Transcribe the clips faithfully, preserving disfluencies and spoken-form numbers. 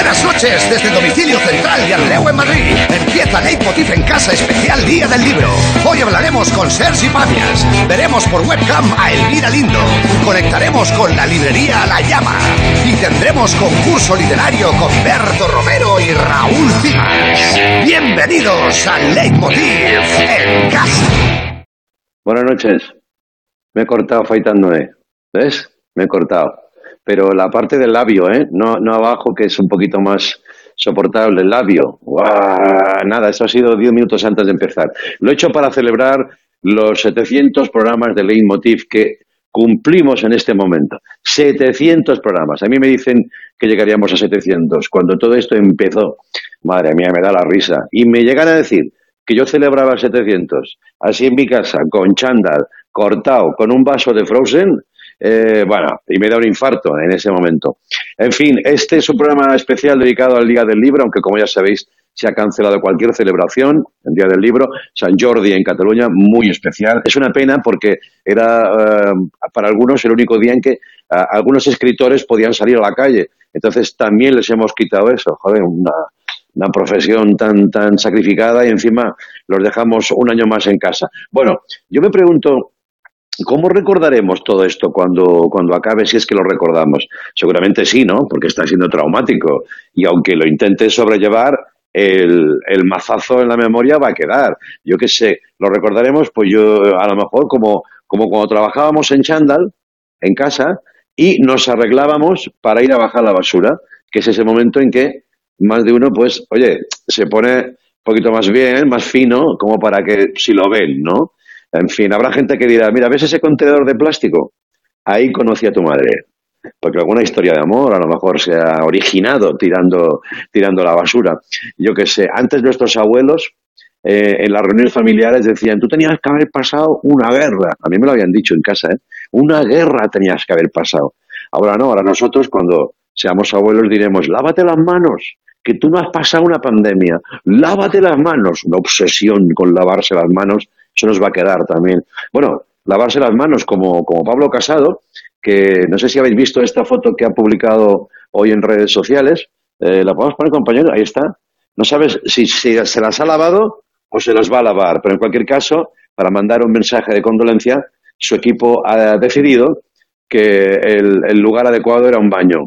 Buenas noches desde el domicilio central de Andreu en Madrid. Empieza Leitmotiv en casa especial Día del Libro. Hoy hablaremos con Sergi Pàmies. Veremos por webcam a Elvira Lindo. Conectaremos con la librería La Llama. Y tendremos concurso literario con Berto Romero y Raúl Cimas. Bienvenidos a Leitmotiv en casa. Buenas noches. Me he cortado afeitándome. ¿Ves? Me he cortado. Pero la parte del labio, ¿eh? No, no abajo, que es un poquito más soportable. El labio. ¡Guau! Nada, eso ha sido diez minutos antes de empezar. Lo he hecho para celebrar los setecientos programas de Leitmotiv que cumplimos en este momento. setecientos programas. A mí me dicen que llegaríamos a setecientos. Cuando todo esto empezó, madre mía, me da la risa. Y me llegan a decir que yo celebraba setecientos, así en mi casa, con chándal, cortado, con un vaso de Frozen. Eh, bueno, y me da un infarto en ese momento. En fin, este es un programa especial dedicado al Día del Libro, aunque como ya sabéis, se ha cancelado cualquier celebración, el Día del Libro. Sant Jordi en Cataluña, muy especial. Es una pena porque era eh, para algunos el único día en que eh, algunos escritores podían salir a la calle. Entonces también les hemos quitado eso. Joder, una, una profesión tan, tan sacrificada y encima los dejamos un año más en casa. Bueno, yo me pregunto, ¿cómo recordaremos todo esto cuando, cuando acabe, si es que lo recordamos? Seguramente sí, ¿no? Porque está siendo traumático. Y aunque lo intente sobrellevar, el, el mazazo en la memoria va a quedar. Yo qué sé, lo recordaremos, pues yo, a lo mejor, como, como cuando trabajábamos en chándal, en casa, y nos arreglábamos para ir a bajar la basura, que es ese momento en que más de uno, pues, oye, se pone un poquito más bien, más fino, como para que, si lo ven, ¿no? En fin, habrá gente que dirá, mira, ¿ves ese contenedor de plástico? Ahí conocí a tu madre. Porque alguna historia de amor a lo mejor se ha originado tirando, tirando la basura. Yo qué sé, antes nuestros abuelos eh, en las reuniones familiares decían, tú tenías que haber pasado una guerra. A mí me lo habían dicho en casa, ¿eh? Una guerra tenías que haber pasado. Ahora no, ahora nosotros cuando seamos abuelos diremos, lávate las manos, que tú no has pasado una pandemia. Lávate las manos. Una obsesión con lavarse las manos. Eso nos va a quedar también. Bueno, lavarse las manos como, como Pablo Casado, que no sé si habéis visto esta foto que ha publicado hoy en redes sociales. Eh, ¿La podemos poner, compañero? Ahí está. No sabes si, si se las ha lavado o se las va a lavar, pero en cualquier caso, para mandar un mensaje de condolencia, su equipo ha decidido que el, el lugar adecuado era un baño.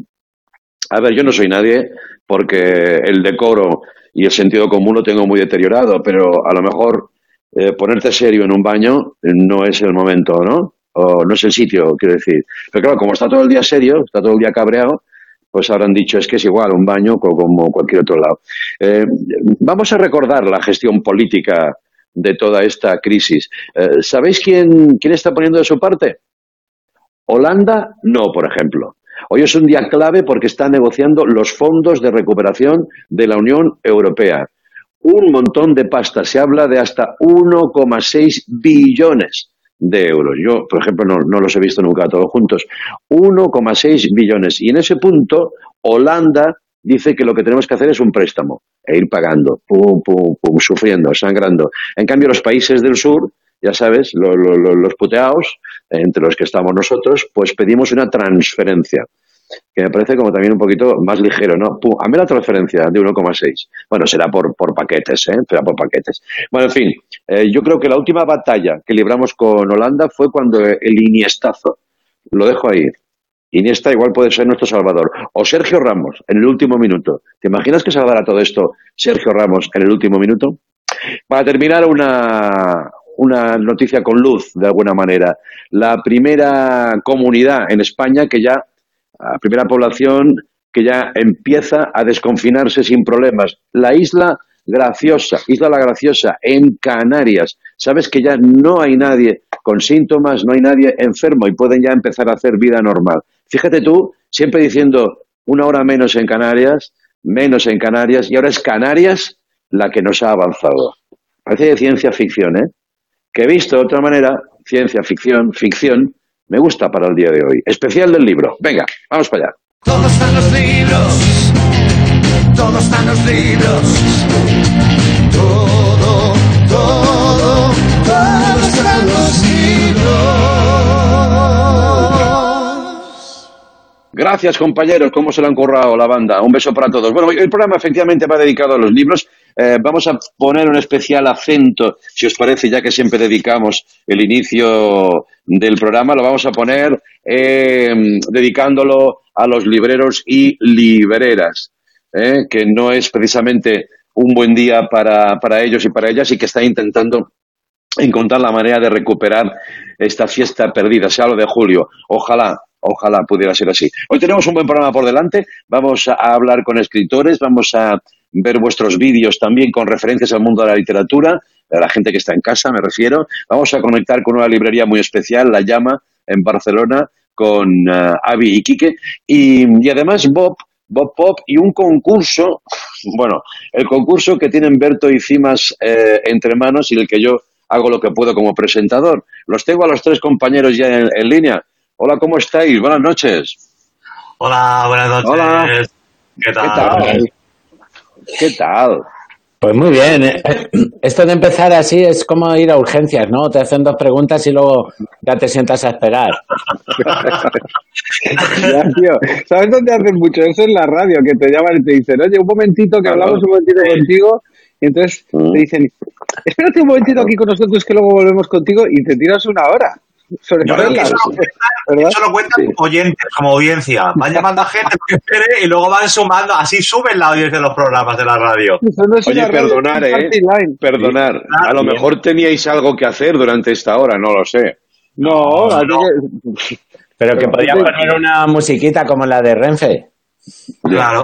A ver, yo no soy nadie porque el decoro y el sentido común lo tengo muy deteriorado, pero a lo mejor Eh, ponerte serio en un baño no es el momento, ¿no? O no es el sitio, quiero decir. Pero claro, como está todo el día serio, está todo el día cabreado, pues habrán dicho, es que es igual un baño como cualquier otro lado. Eh, vamos a recordar la gestión política de toda esta crisis. Eh, ¿Sabéis quién, quién está poniendo de su parte? Holanda, no, por ejemplo. Hoy es un día clave porque está negociando los fondos de recuperación de la Unión Europea. Un montón de pasta, se habla de hasta uno coma seis billones de euros. Yo, por ejemplo, no, no los he visto nunca todos juntos. uno coma seis billones. Y en ese punto, Holanda dice que lo que tenemos que hacer es un préstamo e ir pagando, pum, pum, pum, sufriendo, sangrando. En cambio, los países del sur, ya sabes, lo, lo, lo, los puteados, entre los que estamos nosotros, pues pedimos una transferencia, que me parece como también un poquito más ligero, ¿no? Pum, hazme la transferencia de uno coma seis. Bueno, será por, por paquetes, ¿eh? Será por paquetes. Bueno, en fin, eh, yo creo que la última batalla que libramos con Holanda fue cuando el Iniestazo, lo dejo ahí, Iniesta igual puede ser nuestro salvador, o Sergio Ramos en el último minuto. ¿Te imaginas que salvará todo esto Sergio Ramos en el último minuto? Para terminar, una, una noticia con luz, de alguna manera. La primera comunidad en España que ya la primera población que ya empieza a desconfinarse sin problemas. La Isla Graciosa, Isla La Graciosa, en Canarias. Sabes que ya no hay nadie con síntomas, no hay nadie enfermo y pueden ya empezar a hacer vida normal. Fíjate tú, siempre diciendo una hora menos en Canarias, menos en Canarias, y ahora es Canarias la que nos ha avanzado. Parece de ciencia ficción, ¿eh? Que visto de otra manera, ciencia ficción, ficción, me gusta para el día de hoy. Especial del libro. Venga, vamos para allá. Todos están los libros, todos están los libros, todo, todo, todos están los libros. Gracias, compañeros. ¿Cómo se lo han currado la banda? Un beso para todos. Bueno, el programa efectivamente va dedicado a los libros. Eh, vamos a poner un especial acento, si os parece, ya que siempre dedicamos el inicio del programa, lo vamos a poner eh, dedicándolo a los libreros y libreras, eh, que no es precisamente un buen día para, para ellos y para ellas, y que están intentando encontrar la manera de recuperar esta fiesta perdida. Se habla de julio. Ojalá, ojalá pudiera ser así. Hoy tenemos un buen programa por delante. Vamos a hablar con escritores, vamos a ver vuestros vídeos también con referencias al mundo de la literatura, de la gente que está en casa, me refiero. Vamos a conectar con una librería muy especial, La Llama, en Barcelona, con uh, Avi y Quique. Y, y además Bob, Bob Pop y un concurso, bueno, el concurso que tienen Berto y Cimas eh, entre manos y el que yo hago lo que puedo como presentador. Los tengo a los tres compañeros ya en, en línea. Hola, ¿cómo estáis? Buenas noches. Hola, buenas noches. Hola. ¿Qué tal? ¿Qué tal? ¿Qué tal? Pues muy bien. ¿eh? Esto de empezar así es como ir a urgencias, ¿no? Te hacen dos preguntas y luego ya te sientas a esperar. Ya, tío. ¿Sabes dónde hacen mucho eso? En la radio, que te llaman y te dicen, oye, un momentito, que hablamos un momentito contigo. Y entonces te dicen, espérate un momentito aquí con nosotros que luego volvemos contigo, y te tiras una hora. Sobre Yo todo creo que eso, ¿verdad? eso lo cuentan Sí. oyentes, como audiencia. Van llamando a gente que espere y luego van sumando. Así suben la audiencia de los programas de la radio. Eso no es Oye, una radio, perdonar, es un ¿eh? party line. Perdonar. A lo mejor teníais algo que hacer durante esta hora, no lo sé. No, No, así no. que- Pero que podía poner una musiquita como la de Renfe. Claro.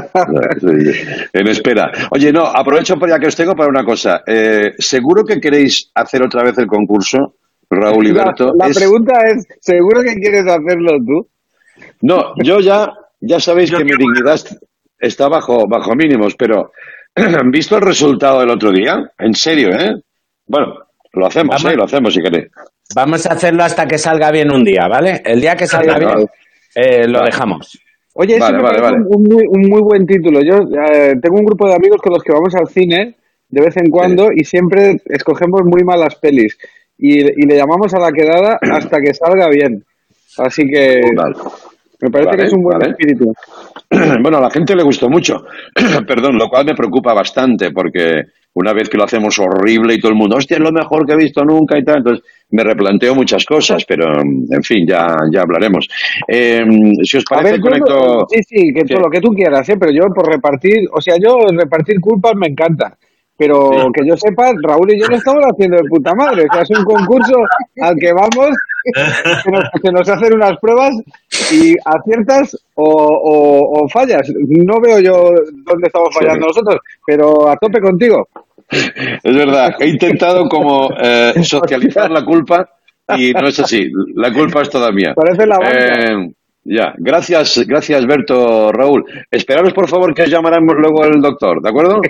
En espera. Oye, no, aprovecho ya que os tengo para una cosa. Eh, ¿Seguro que queréis hacer otra vez el concurso, Raúl y la, Berto? la Es- pregunta es, ¿seguro que quieres hacerlo tú? No, yo ya, ya sabéis Yo que mi quiero- dignidad está bajo, bajo mínimos, pero ¿visto el resultado del otro día? En serio, ¿eh? Bueno, lo hacemos, Vamos. ¿eh? Lo hacemos si queréis. Vamos a hacerlo hasta que salga bien un día, ¿vale? El día que salga Vale, bien, vale. eh, lo Vale. dejamos. Oye, eso Vale, me vale, parece vale. Un, muy, un muy buen título. Yo eh, tengo un grupo de amigos con los que vamos al cine de vez en cuando y siempre escogemos muy malas pelis y, y le llamamos a la quedada hasta que salga bien. Así que Vale. me parece Vale, que es un buen vale. espíritu. Bueno, a la gente le gustó mucho, perdón, lo cual me preocupa bastante porque una vez que lo hacemos horrible y todo el mundo, hostia, es lo mejor que he visto nunca y tal, entonces me replanteo muchas cosas, pero en fin, ya, ya hablaremos. Eh, si os A parece, ver, yo conecto... no- sí, sí, que Sí. todo lo que tú quieras, ¿eh? Pero yo por repartir, o sea, yo repartir culpas me encanta. Pero Sí. que yo sepa, Raúl y yo lo estamos haciendo de puta madre. O sea, es un concurso al que vamos, que nos, que nos hacen unas pruebas y aciertas o, o, o fallas. No veo yo dónde estamos fallando nosotros, pero a tope contigo. Es verdad, he intentado como eh, socializar la culpa y no es así, la culpa es toda mía. Parece la banca. Eh, ya, gracias, gracias Berto, Raúl. Esperaros por favor que os llamaremos luego el doctor, ¿de acuerdo?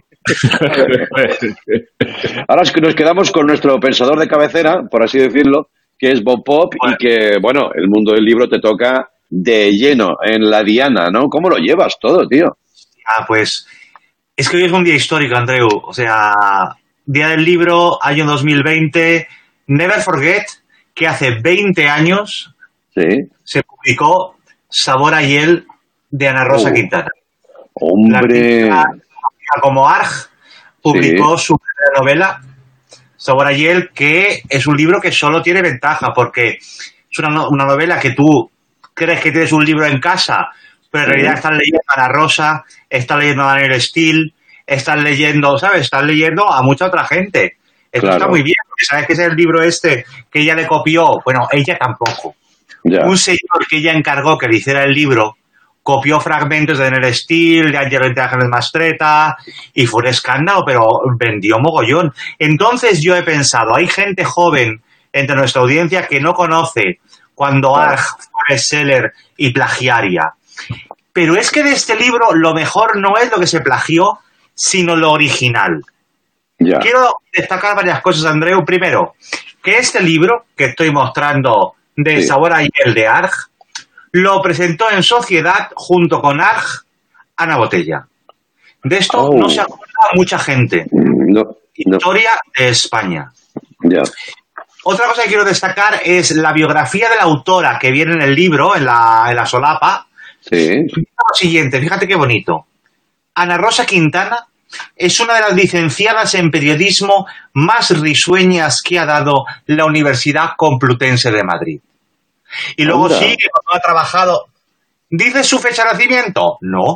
Ahora es que nos quedamos con nuestro pensador de cabecera, por así decirlo, que es Bob Pop y que, bueno, el mundo del libro te toca de lleno en la diana, ¿no? ¿Cómo lo llevas todo, tío? Ah, pues es que hoy es un día histórico, Andreu. O sea, Día del Libro, año dos mil veinte. Never forget que hace veinte años Sí. se publicó Sabor a Hiel de Ana Rosa Oh. Quintana. La Hombre, artista conocida como Arg publicó su primera novela, Sabor a Hiel, que es un libro que solo tiene ventaja porque es una, no- una novela que tú crees que tienes un libro en casa, pero en Sí. realidad estás leyendo a Ana Rosa, estás leyendo a Daniel Steele, estás leyendo, ¿sabes? Estás leyendo a mucha otra gente. Esto Claro. está muy bien, porque sabes que es el libro este que ella le copió. Bueno, ella tampoco. ya. Un señor que ella encargó que le hiciera el libro copió fragmentos de Daniel Steele, de Ángel de Ángeles Mastretta, y fue un escándalo, pero vendió mogollón. Entonces yo he pensado, hay gente joven entre nuestra audiencia que no conoce cuando Claro. Arg fue bestseller y plagiaria. Pero es que de este libro lo mejor no es lo que se plagió, sino lo original. Ya. Quiero destacar varias cosas, Andreu. Primero, que este libro que estoy mostrando de Sí. Sabor a Hiel de Arg, lo presentó en sociedad junto con Arg Ana Botella. De esto Oh. no se acuerda mucha gente. No, no, Historia de España. ya. Otra cosa que quiero destacar es la biografía de la autora que viene en el libro, en la, en la solapa, Sí. Lo siguiente, fíjate qué bonito. Ana Rosa Quintana es una de las licenciadas en periodismo más risueñas que ha dado la Universidad Complutense de Madrid. Y luego Anda. sí, que cuando ha trabajado... ¿Dice su fecha de nacimiento? No.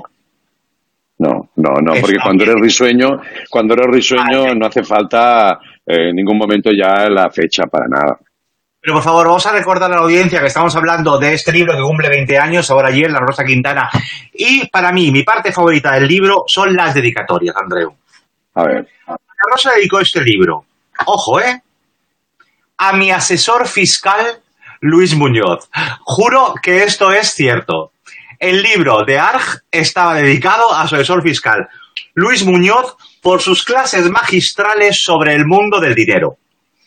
No, no, no, porque Está cuando bien. eres risueño, cuando eres risueño no hace falta eh, en ningún momento ya la fecha para nada. Pero por favor, vamos a recordar a la audiencia que estamos hablando de este libro que cumple veinte años, ahora ayer, La Rosa Quintana. Y para mí, mi parte favorita del libro son las dedicatorias, Andreu. A ver. La Rosa dedicó este libro, ojo, ¿eh? A mi asesor fiscal, Luis Muñoz. Juro que esto es cierto. El libro de Arg estaba dedicado a su asesor fiscal, Luis Muñoz, por sus clases magistrales sobre el mundo del dinero.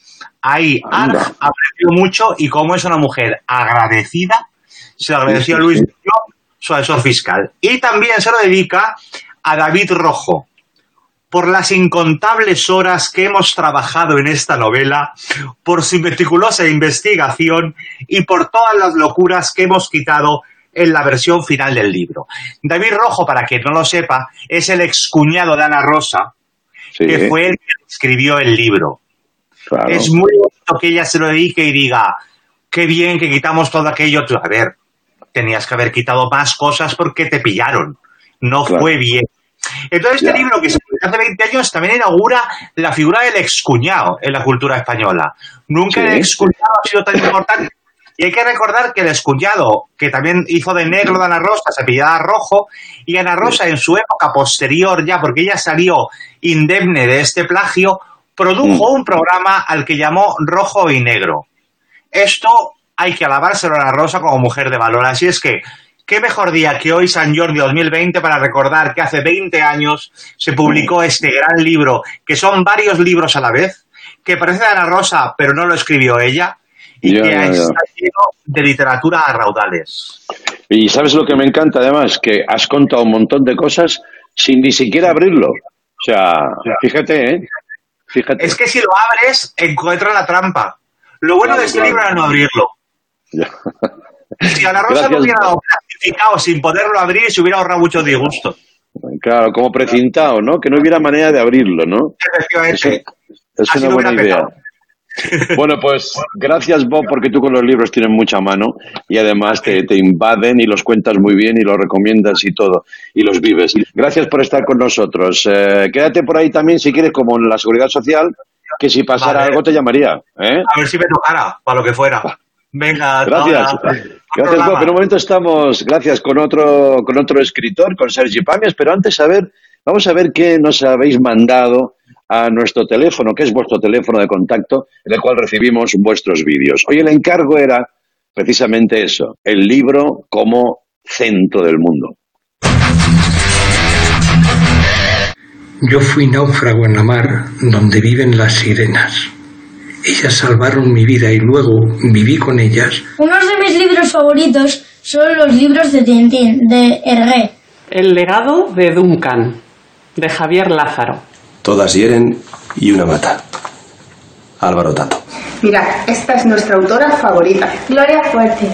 Ahí Arg aprendió mucho y como es una mujer agradecida, se lo agradeció a Luis Muñoz, su asesor fiscal. Y también se lo dedica a David Rojo, por las incontables horas que hemos trabajado en esta novela, por su meticulosa investigación y por todas las locuras que hemos quitado en la versión final del libro. David Rojo, para quien no lo sepa, es el excuñado de Ana Rosa, Sí, que fue el que escribió el libro. claro. Es muy bonito que ella se lo dedique y diga, qué bien que quitamos todo aquello. A ver, tenías que haber quitado más cosas porque te pillaron. No Claro. fue bien. Entonces, este Ya. libro que se publicó hace veinte años también inaugura la figura del excuñado en la cultura española. Nunca Sí. el excuñado ha sido tan importante. Y hay que recordar que el excuñado, que también hizo de negro de Ana Rosa, se apellidaba Rojo, y Ana Rosa en su época posterior ya, porque ella salió indemne de este plagio, produjo un programa al que llamó Rojo y Negro. Esto hay que alabárselo a Ana Rosa como mujer de valor. Así es que, qué mejor día que hoy, San Jordi dos mil veinte, para recordar que hace veinte años se publicó este gran libro, que son varios libros a la vez, que parece de Ana Rosa, pero no lo escribió ella, y Ya, que ya, ya. está lleno de literatura a raudales. Y ¿sabes lo que me encanta además? Que has contado un montón de cosas sin ni siquiera abrirlo. O sea, fíjate, ¿eh? Fíjate. Es que si lo abres, encuentras la trampa. Lo bueno Claro, de este claro. libro era no abrirlo. Ya. Si Ana Rosa Gracias. no hubiera dado clasificado sin poderlo abrir, se hubiera ahorrado muchos disgustos. Claro, como precintado, ¿no? Que no hubiera manera de abrirlo, ¿no? Efectivamente. Es Así una lo buena hubiera idea. petado. Bueno, pues gracias, Bob, porque tú con los libros tienes mucha mano y además te, te invaden y los cuentas muy bien y los recomiendas y todo, y los vives. Gracias por estar con nosotros. Eh, quédate por ahí también, si quieres, como en la Seguridad Social, que si pasara Vale. algo te llamaría. ¿eh? A ver si me tocara, para lo que fuera. Venga, hasta Gracias. ahora. Gracias, Bob. En un momento estamos, gracias, con otro, con otro escritor, con Sergi Pàmies, pero antes, a ver, vamos a ver qué nos habéis mandado a nuestro teléfono, que es vuestro teléfono de contacto, en el cual recibimos vuestros vídeos. Hoy el encargo era precisamente eso, el libro como centro del mundo. Yo fui náufrago en la mar donde viven las sirenas. Ellas salvaron mi vida y luego viví con ellas. Unos de mis libros favoritos son los libros de Tintín, de Hergé. El legado de Duncan, de Javier Lázaro. Todas hieren y una mata. Álvaro Tato. Mirad, esta es nuestra autora favorita. Gloria Fuerte.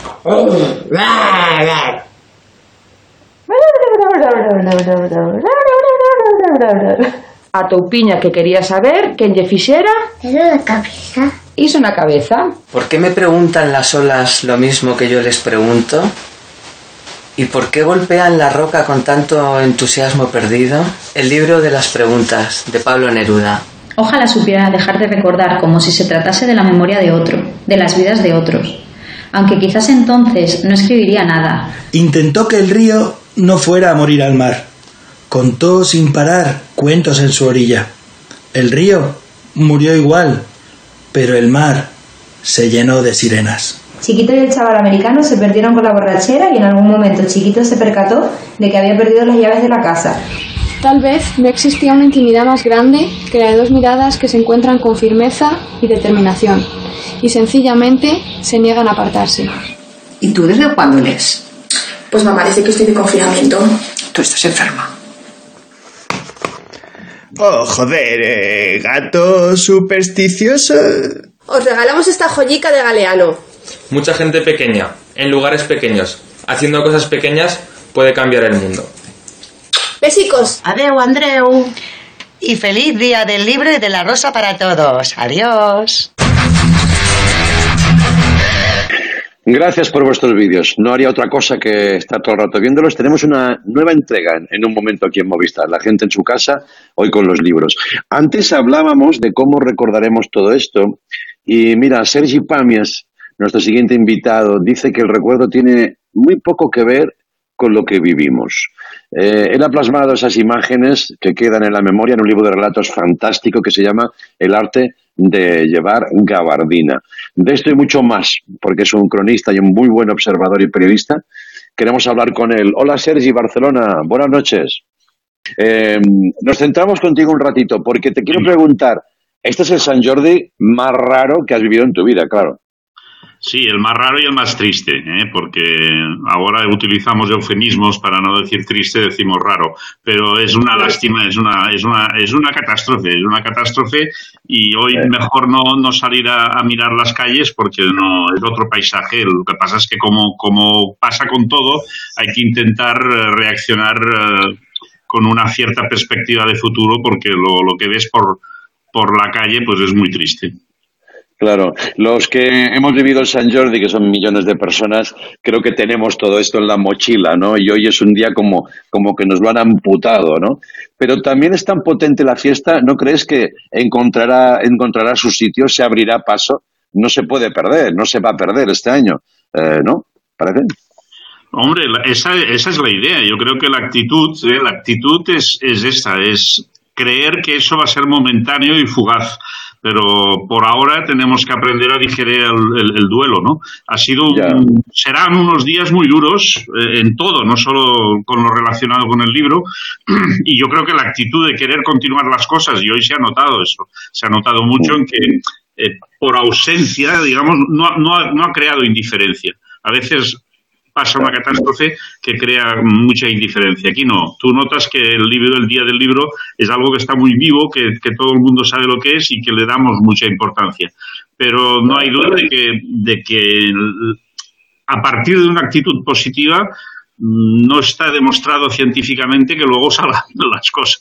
A Toupiña, que quería saber que lle fixera, ¿Es la cabeza? hizo una cabeza. ¿Por qué me preguntan las olas lo mismo que yo les pregunto? ¿Y por qué golpean la roca con tanto entusiasmo perdido? El libro de las preguntas, de Pablo Neruda. Ojalá supiera dejar de recordar como si se tratase de la memoria de otro, de las vidas de otros. Aunque quizás entonces no escribiría nada. Intentó que el río no fuera a morir al mar. Contó sin parar cuentos en su orilla. El río murió igual, pero el mar se llenó de sirenas. Chiquito y el chaval americano se perdieron con la borrachera y en algún momento Chiquito se percató de que había perdido las llaves de la casa. Tal vez no existía una intimidad más grande que la de dos miradas que se encuentran con firmeza y determinación y sencillamente se niegan a apartarse. ¿Y tú desde cuándo lees? Pues mamá, desde que estoy de confinamiento. Tú estás enferma. Oh, joder, eh, gato supersticioso. Os regalamos esta joyica de Galeano. Mucha gente pequeña, en lugares pequeños. haciendo cosas pequeñas puede cambiar el mundo. Besicos. Adeu, Andreu. Y feliz día del libro y de la rosa para todos. Adiós. Gracias por vuestros vídeos. No haría otra cosa que estar todo el rato viéndolos. Tenemos una nueva entrega en, en un momento aquí en Movistar. La gente en su casa, hoy con los libros. Antes hablábamos de cómo recordaremos todo esto. Y mira, Sergi Pàmies, nuestro siguiente invitado, dice que el recuerdo tiene muy poco que ver con lo que vivimos. Eh, él ha plasmado esas imágenes que quedan en la memoria en un libro de relatos fantástico que se llama El arte de llevar gabardina. De esto y mucho más, porque es un cronista y un muy buen observador y periodista. Queremos hablar con él. Hola Sergi, Barcelona, buenas noches. Eh, nos centramos contigo un ratito, porque te quiero preguntar, este es el Sant Jordi más raro que has vivido en tu vida, claro. Sí, el más raro y el más triste, ¿eh? Porque ahora utilizamos eufemismos para no decir triste, decimos raro, pero es una lástima, es una es una es una catástrofe, es una catástrofe y hoy mejor no, no salir a, a mirar las calles porque no es otro paisaje. Lo que pasa es que como como pasa con todo, hay que intentar reaccionar uh, con una cierta perspectiva de futuro porque lo, lo que ves por por la calle pues es muy triste. Claro, los que hemos vivido el Sant Jordi, que son millones de personas, creo que tenemos todo esto en la mochila, ¿no? Y hoy es un día como, como que nos lo han amputado, ¿no? Pero también es tan potente la fiesta, ¿no crees que encontrará, encontrará su sitio, se abrirá paso? No se puede perder, no se va a perder este año, eh, ¿no? ¿Parece? Hombre, esa, esa es la idea. Yo creo que la actitud, ¿eh? la actitud es, es esta, es creer que eso va a ser momentáneo y fugaz. Pero por ahora tenemos que aprender a digerir el, el, el duelo, ¿no? Ha sido un, serán unos días muy duros eh, en todo, no solo con lo relacionado con el libro. Y yo creo que la actitud de querer continuar las cosas, y hoy se ha notado eso, se ha notado mucho en que eh, por ausencia, digamos, no, no, ha, no ha creado indiferencia. A veces pasa una catástrofe que crea mucha indiferencia. Aquí no. Tú notas que el libro, el día del libro, es algo que está muy vivo, que, que todo el mundo sabe lo que es y que le damos mucha importancia. Pero no hay duda de que, de que a partir de una actitud positiva no está demostrado científicamente que luego salgan las cosas.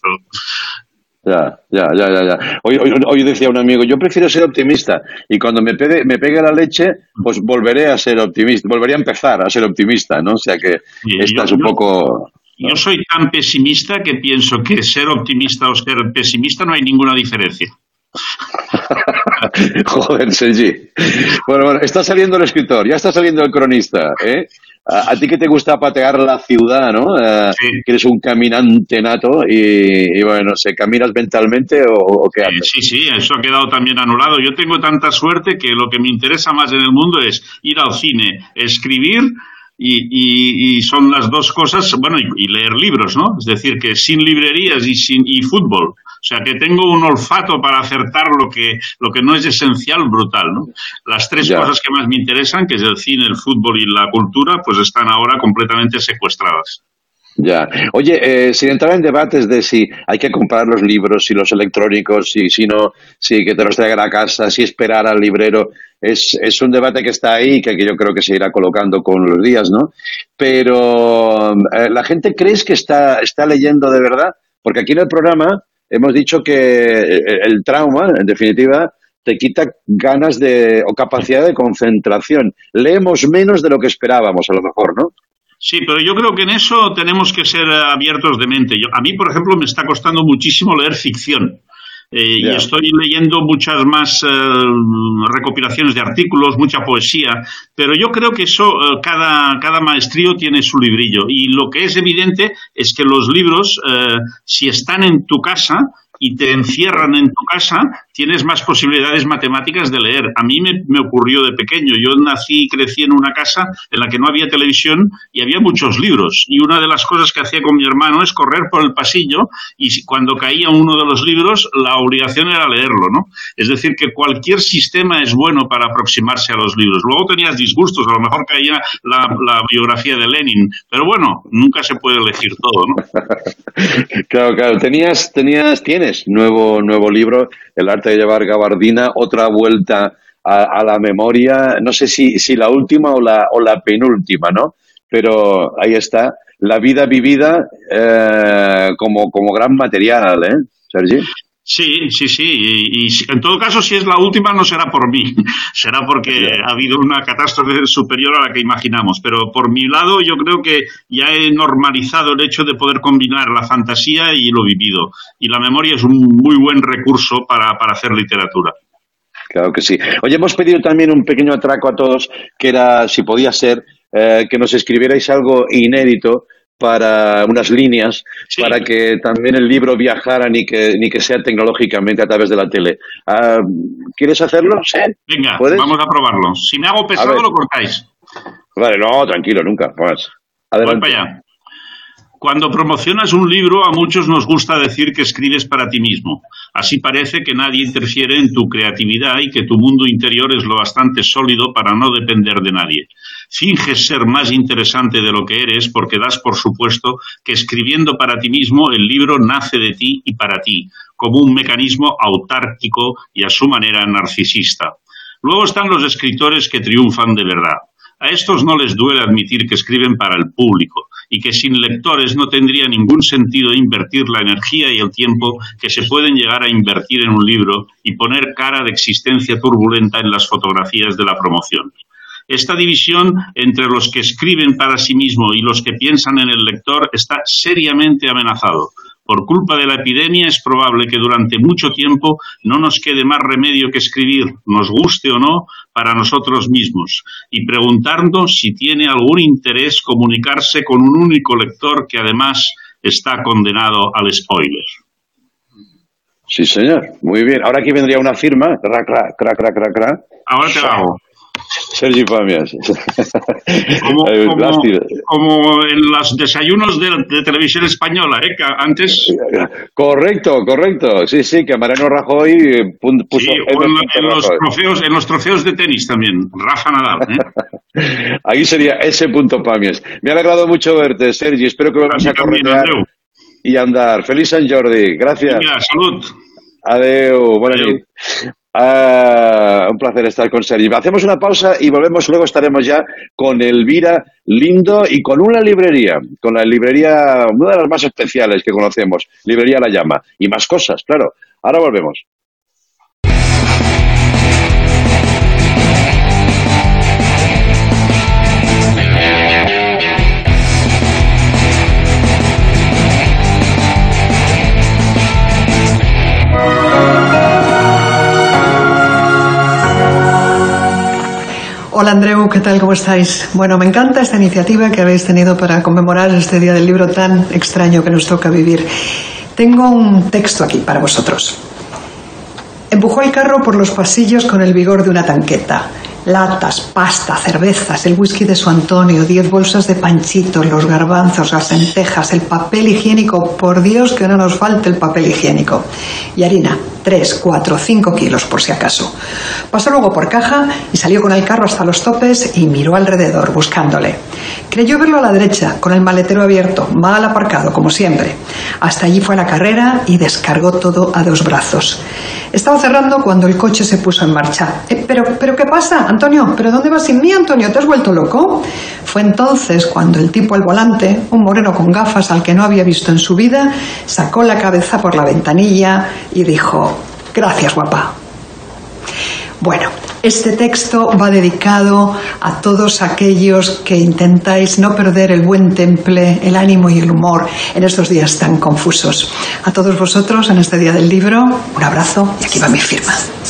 Ya, ya, ya, ya, ya. Hoy, hoy, hoy decía un amigo, yo prefiero ser optimista y cuando me pegue, me pegue la leche, pues volveré a ser optimista, volveré a empezar a ser optimista, ¿no? O sea que sí, estás yo, un poco... Yo, yo soy tan pesimista que pienso que ser optimista o ser pesimista no hay ninguna diferencia. Joder, Sergi. Bueno, bueno, está saliendo el escritor, ya está saliendo el cronista, ¿eh? A, a ti que te gusta patear la ciudad, ¿no? Uh, sí. Que eres un caminante nato y, y bueno, no sé, ¿caminas mentalmente o, o qué haces? Sí, sí, eso ha quedado también anulado. Yo tengo tanta suerte que lo que me interesa más en el mundo es ir al cine, escribir y, y, y son las dos cosas, bueno, y, y leer libros, ¿no? Es decir, que sin librerías y sin y fútbol. O sea, que tengo un olfato para acertar lo que lo que no es esencial, brutal, ¿no? Las tres ya. cosas que más me interesan, que es el cine, el fútbol y la cultura, pues están ahora completamente secuestradas. Ya. Oye, eh, sin entrar en debates de si hay que comprar los libros, si los electrónicos, si, si no, si que te los traigan a casa, si esperar al librero, es, es un debate que está ahí, que, que yo creo que se irá colocando con los días, ¿no? Pero eh, la gente crees que está, está leyendo de verdad, porque aquí en el programa hemos dicho que el trauma, en definitiva, te quita ganas de o capacidad de concentración. Leemos menos de lo que esperábamos, a lo mejor, ¿no? Sí, pero yo creo que en eso tenemos que ser abiertos de mente. Yo, a mí, por ejemplo, me está costando muchísimo leer ficción. Eh, yeah. Y estoy leyendo muchas más eh, recopilaciones de artículos, mucha poesía, pero yo creo que eso, eh, cada, cada maestrío tiene su librillo. Y lo que es evidente es que los libros, eh, si están en tu casa y te encierran en tu casa, tienes más posibilidades matemáticas de leer. A mí me, me ocurrió de pequeño. Yo nací y crecí en una casa en la que no había televisión y había muchos libros. Y una de las cosas que hacía con mi hermano es correr por el pasillo y cuando caía uno de los libros, la obligación era leerlo, ¿no? Es decir, que cualquier sistema es bueno para aproximarse a los libros. Luego tenías disgustos, a lo mejor caía la, la biografía de Lenin. Pero bueno, nunca se puede elegir todo, ¿no? Claro, claro. Tenías, tenías, tienes nuevo, nuevo libro, El arte de llevar gabardina, otra vuelta a, a la memoria, no sé si, si la última o la, o la penúltima, ¿no? pero ahí está, la vida vivida eh, como, como gran material, ¿eh, Sergi? Sí, sí, sí. Y, y en todo caso, si es la última, no será por mí. Será porque ha habido una catástrofe superior a la que imaginamos. Pero por mi lado, yo creo que ya he normalizado el hecho de poder combinar la fantasía y lo vivido. Y la memoria es un muy buen recurso para, para hacer literatura. Claro que sí. Oye, hemos pedido también un pequeño atraco a todos, que era, si podía ser, eh, que nos escribierais algo inédito para unas líneas, sí, para que también el libro viajara ni que ni que sea tecnológicamente a través de la tele. Uh, ¿Quieres hacerlo? Sí. Venga, ¿puedes? Vamos a probarlo. Si me hago pesado, lo cortáis. Vale, no, tranquilo, nunca. Más. Adelante. Voy para allá. Cuando promocionas un libro, a muchos nos gusta decir que escribes para ti mismo. Así parece que nadie interfiere en tu creatividad y que tu mundo interior es lo bastante sólido para no depender de nadie. Finges ser más interesante de lo que eres porque das por supuesto que escribiendo para ti mismo el libro nace de ti y para ti, como un mecanismo autárquico y a su manera narcisista. Luego están los escritores que triunfan de verdad. A estos no les duele admitir que escriben para el público y que sin lectores no tendría ningún sentido invertir la energía y el tiempo que se pueden llegar a invertir en un libro y poner cara de existencia turbulenta en las fotografías de la promoción. Esta división entre los que escriben para sí mismo y los que piensan en el lector está seriamente amenazado. Por culpa de la epidemia es probable que durante mucho tiempo no nos quede más remedio que escribir, nos guste o no, para nosotros mismos y preguntarnos si tiene algún interés comunicarse con un único lector que además está condenado al spoiler. Sí, señor. Muy bien. Ahora aquí vendría una firma. Cra, cra, cra, cra, cra, cra. Ahora te la hago. Sergi Pamias. Como, como, como en los desayunos de, de televisión española, ¿eh? Que antes... Correcto, correcto. Sí, sí, que Mariano Rajoy puso... Sí, o en, en, los trofeos, en los trofeos de tenis también, Rafa Nadal. ¿eh? Ahí sería ese punto Pamias. Me ha alegrado mucho verte, Sergi. Espero que vamos a correr y andar. Feliz Sant Jordi. Gracias. Venga, salud. Adeu. Buenas noches. Uh, un placer estar con Sergi. Hacemos una pausa y volvemos, luego estaremos ya con Elvira Lindo y con una librería, con la librería, una de las más especiales que conocemos, Librería La Llama, y más cosas, claro. Ahora volvemos. Hola Andreu, ¿qué tal? ¿Cómo estáis? Bueno, me encanta esta iniciativa que habéis tenido para conmemorar este Día del Libro tan extraño que nos toca vivir. Tengo un texto aquí para vosotros. Empujó el carro por los pasillos con el vigor de una tanqueta. Latas, pasta, cervezas, el whisky de su Antonio, diez bolsas de panchitos, los garbanzos, las lentejas, el papel higiénico, por Dios que no nos falte el papel higiénico. Y harina, tres, cuatro, cinco kilos por si acaso. Pasó luego por caja y salió con el carro hasta los topes y miró alrededor buscándole. Creyó verlo a la derecha, con el maletero abierto, mal aparcado, como siempre. Hasta allí fue a la carrera y descargó todo a dos brazos. Estaba cerrando cuando el coche se puso en marcha. Eh, pero, ¿Pero qué pasa, Antonio? ¿Pero dónde vas sin mí, Antonio? ¿Te has vuelto loco? Fue entonces cuando el tipo al volante, un moreno con gafas al que no había visto en su vida, sacó la cabeza por la ventanilla y dijo: gracias, guapa. Bueno, este texto va dedicado a todos aquellos que intentáis no perder el buen temple, el ánimo y el humor en estos días tan confusos. A todos vosotros, en este Día del Libro, un abrazo y aquí va mi firma.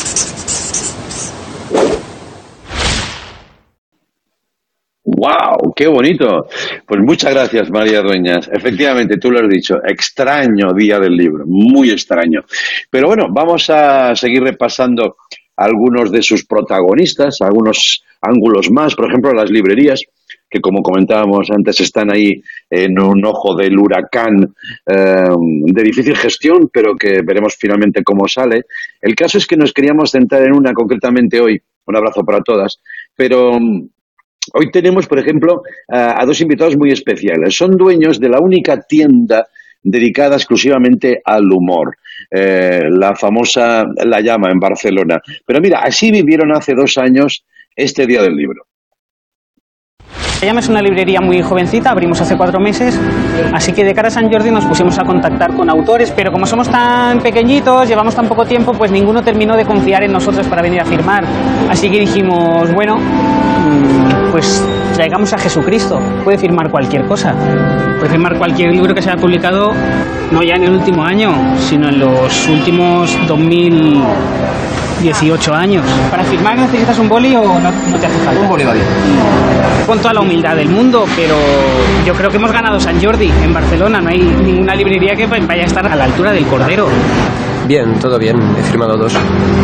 ¡Wow! ¡Qué bonito! Pues muchas gracias, María Dueñas. Efectivamente, tú lo has dicho, extraño Día del Libro, muy extraño. Pero bueno, vamos a seguir repasando algunos de sus protagonistas, algunos ángulos más, por ejemplo, las librerías, que como comentábamos antes están ahí en un ojo del huracán eh, de difícil gestión, pero que veremos finalmente cómo sale. El caso es que nos queríamos centrar en una concretamente hoy, un abrazo para todas, pero hoy tenemos, por ejemplo, a, a dos invitados muy especiales. Son dueños de la única tienda dedicada exclusivamente al humor, eh, la famosa La Llama en Barcelona. Pero mira, así vivieron hace dos años este Día del Libro. La Llama es una librería muy jovencita, abrimos hace cuatro meses, así que de cara a San Jordi nos pusimos a contactar con autores, pero como somos tan pequeñitos, llevamos tan poco tiempo, pues ninguno terminó de confiar en nosotros para venir a firmar. Así que dijimos, bueno, pues traigamos a Jesucristo, puede firmar cualquier cosa, puede firmar cualquier libro que se haya publicado, no ya en el último año, sino en los últimos dos mil dieciocho años. ¿Para firmar necesitas un boli o no, no te hace falta? Un boli va bien. Con toda la humildad del mundo, pero yo creo que hemos ganado San Jordi en Barcelona. No hay ninguna librería que vaya a estar a la altura del Cordero. Bien, todo bien. He firmado dos.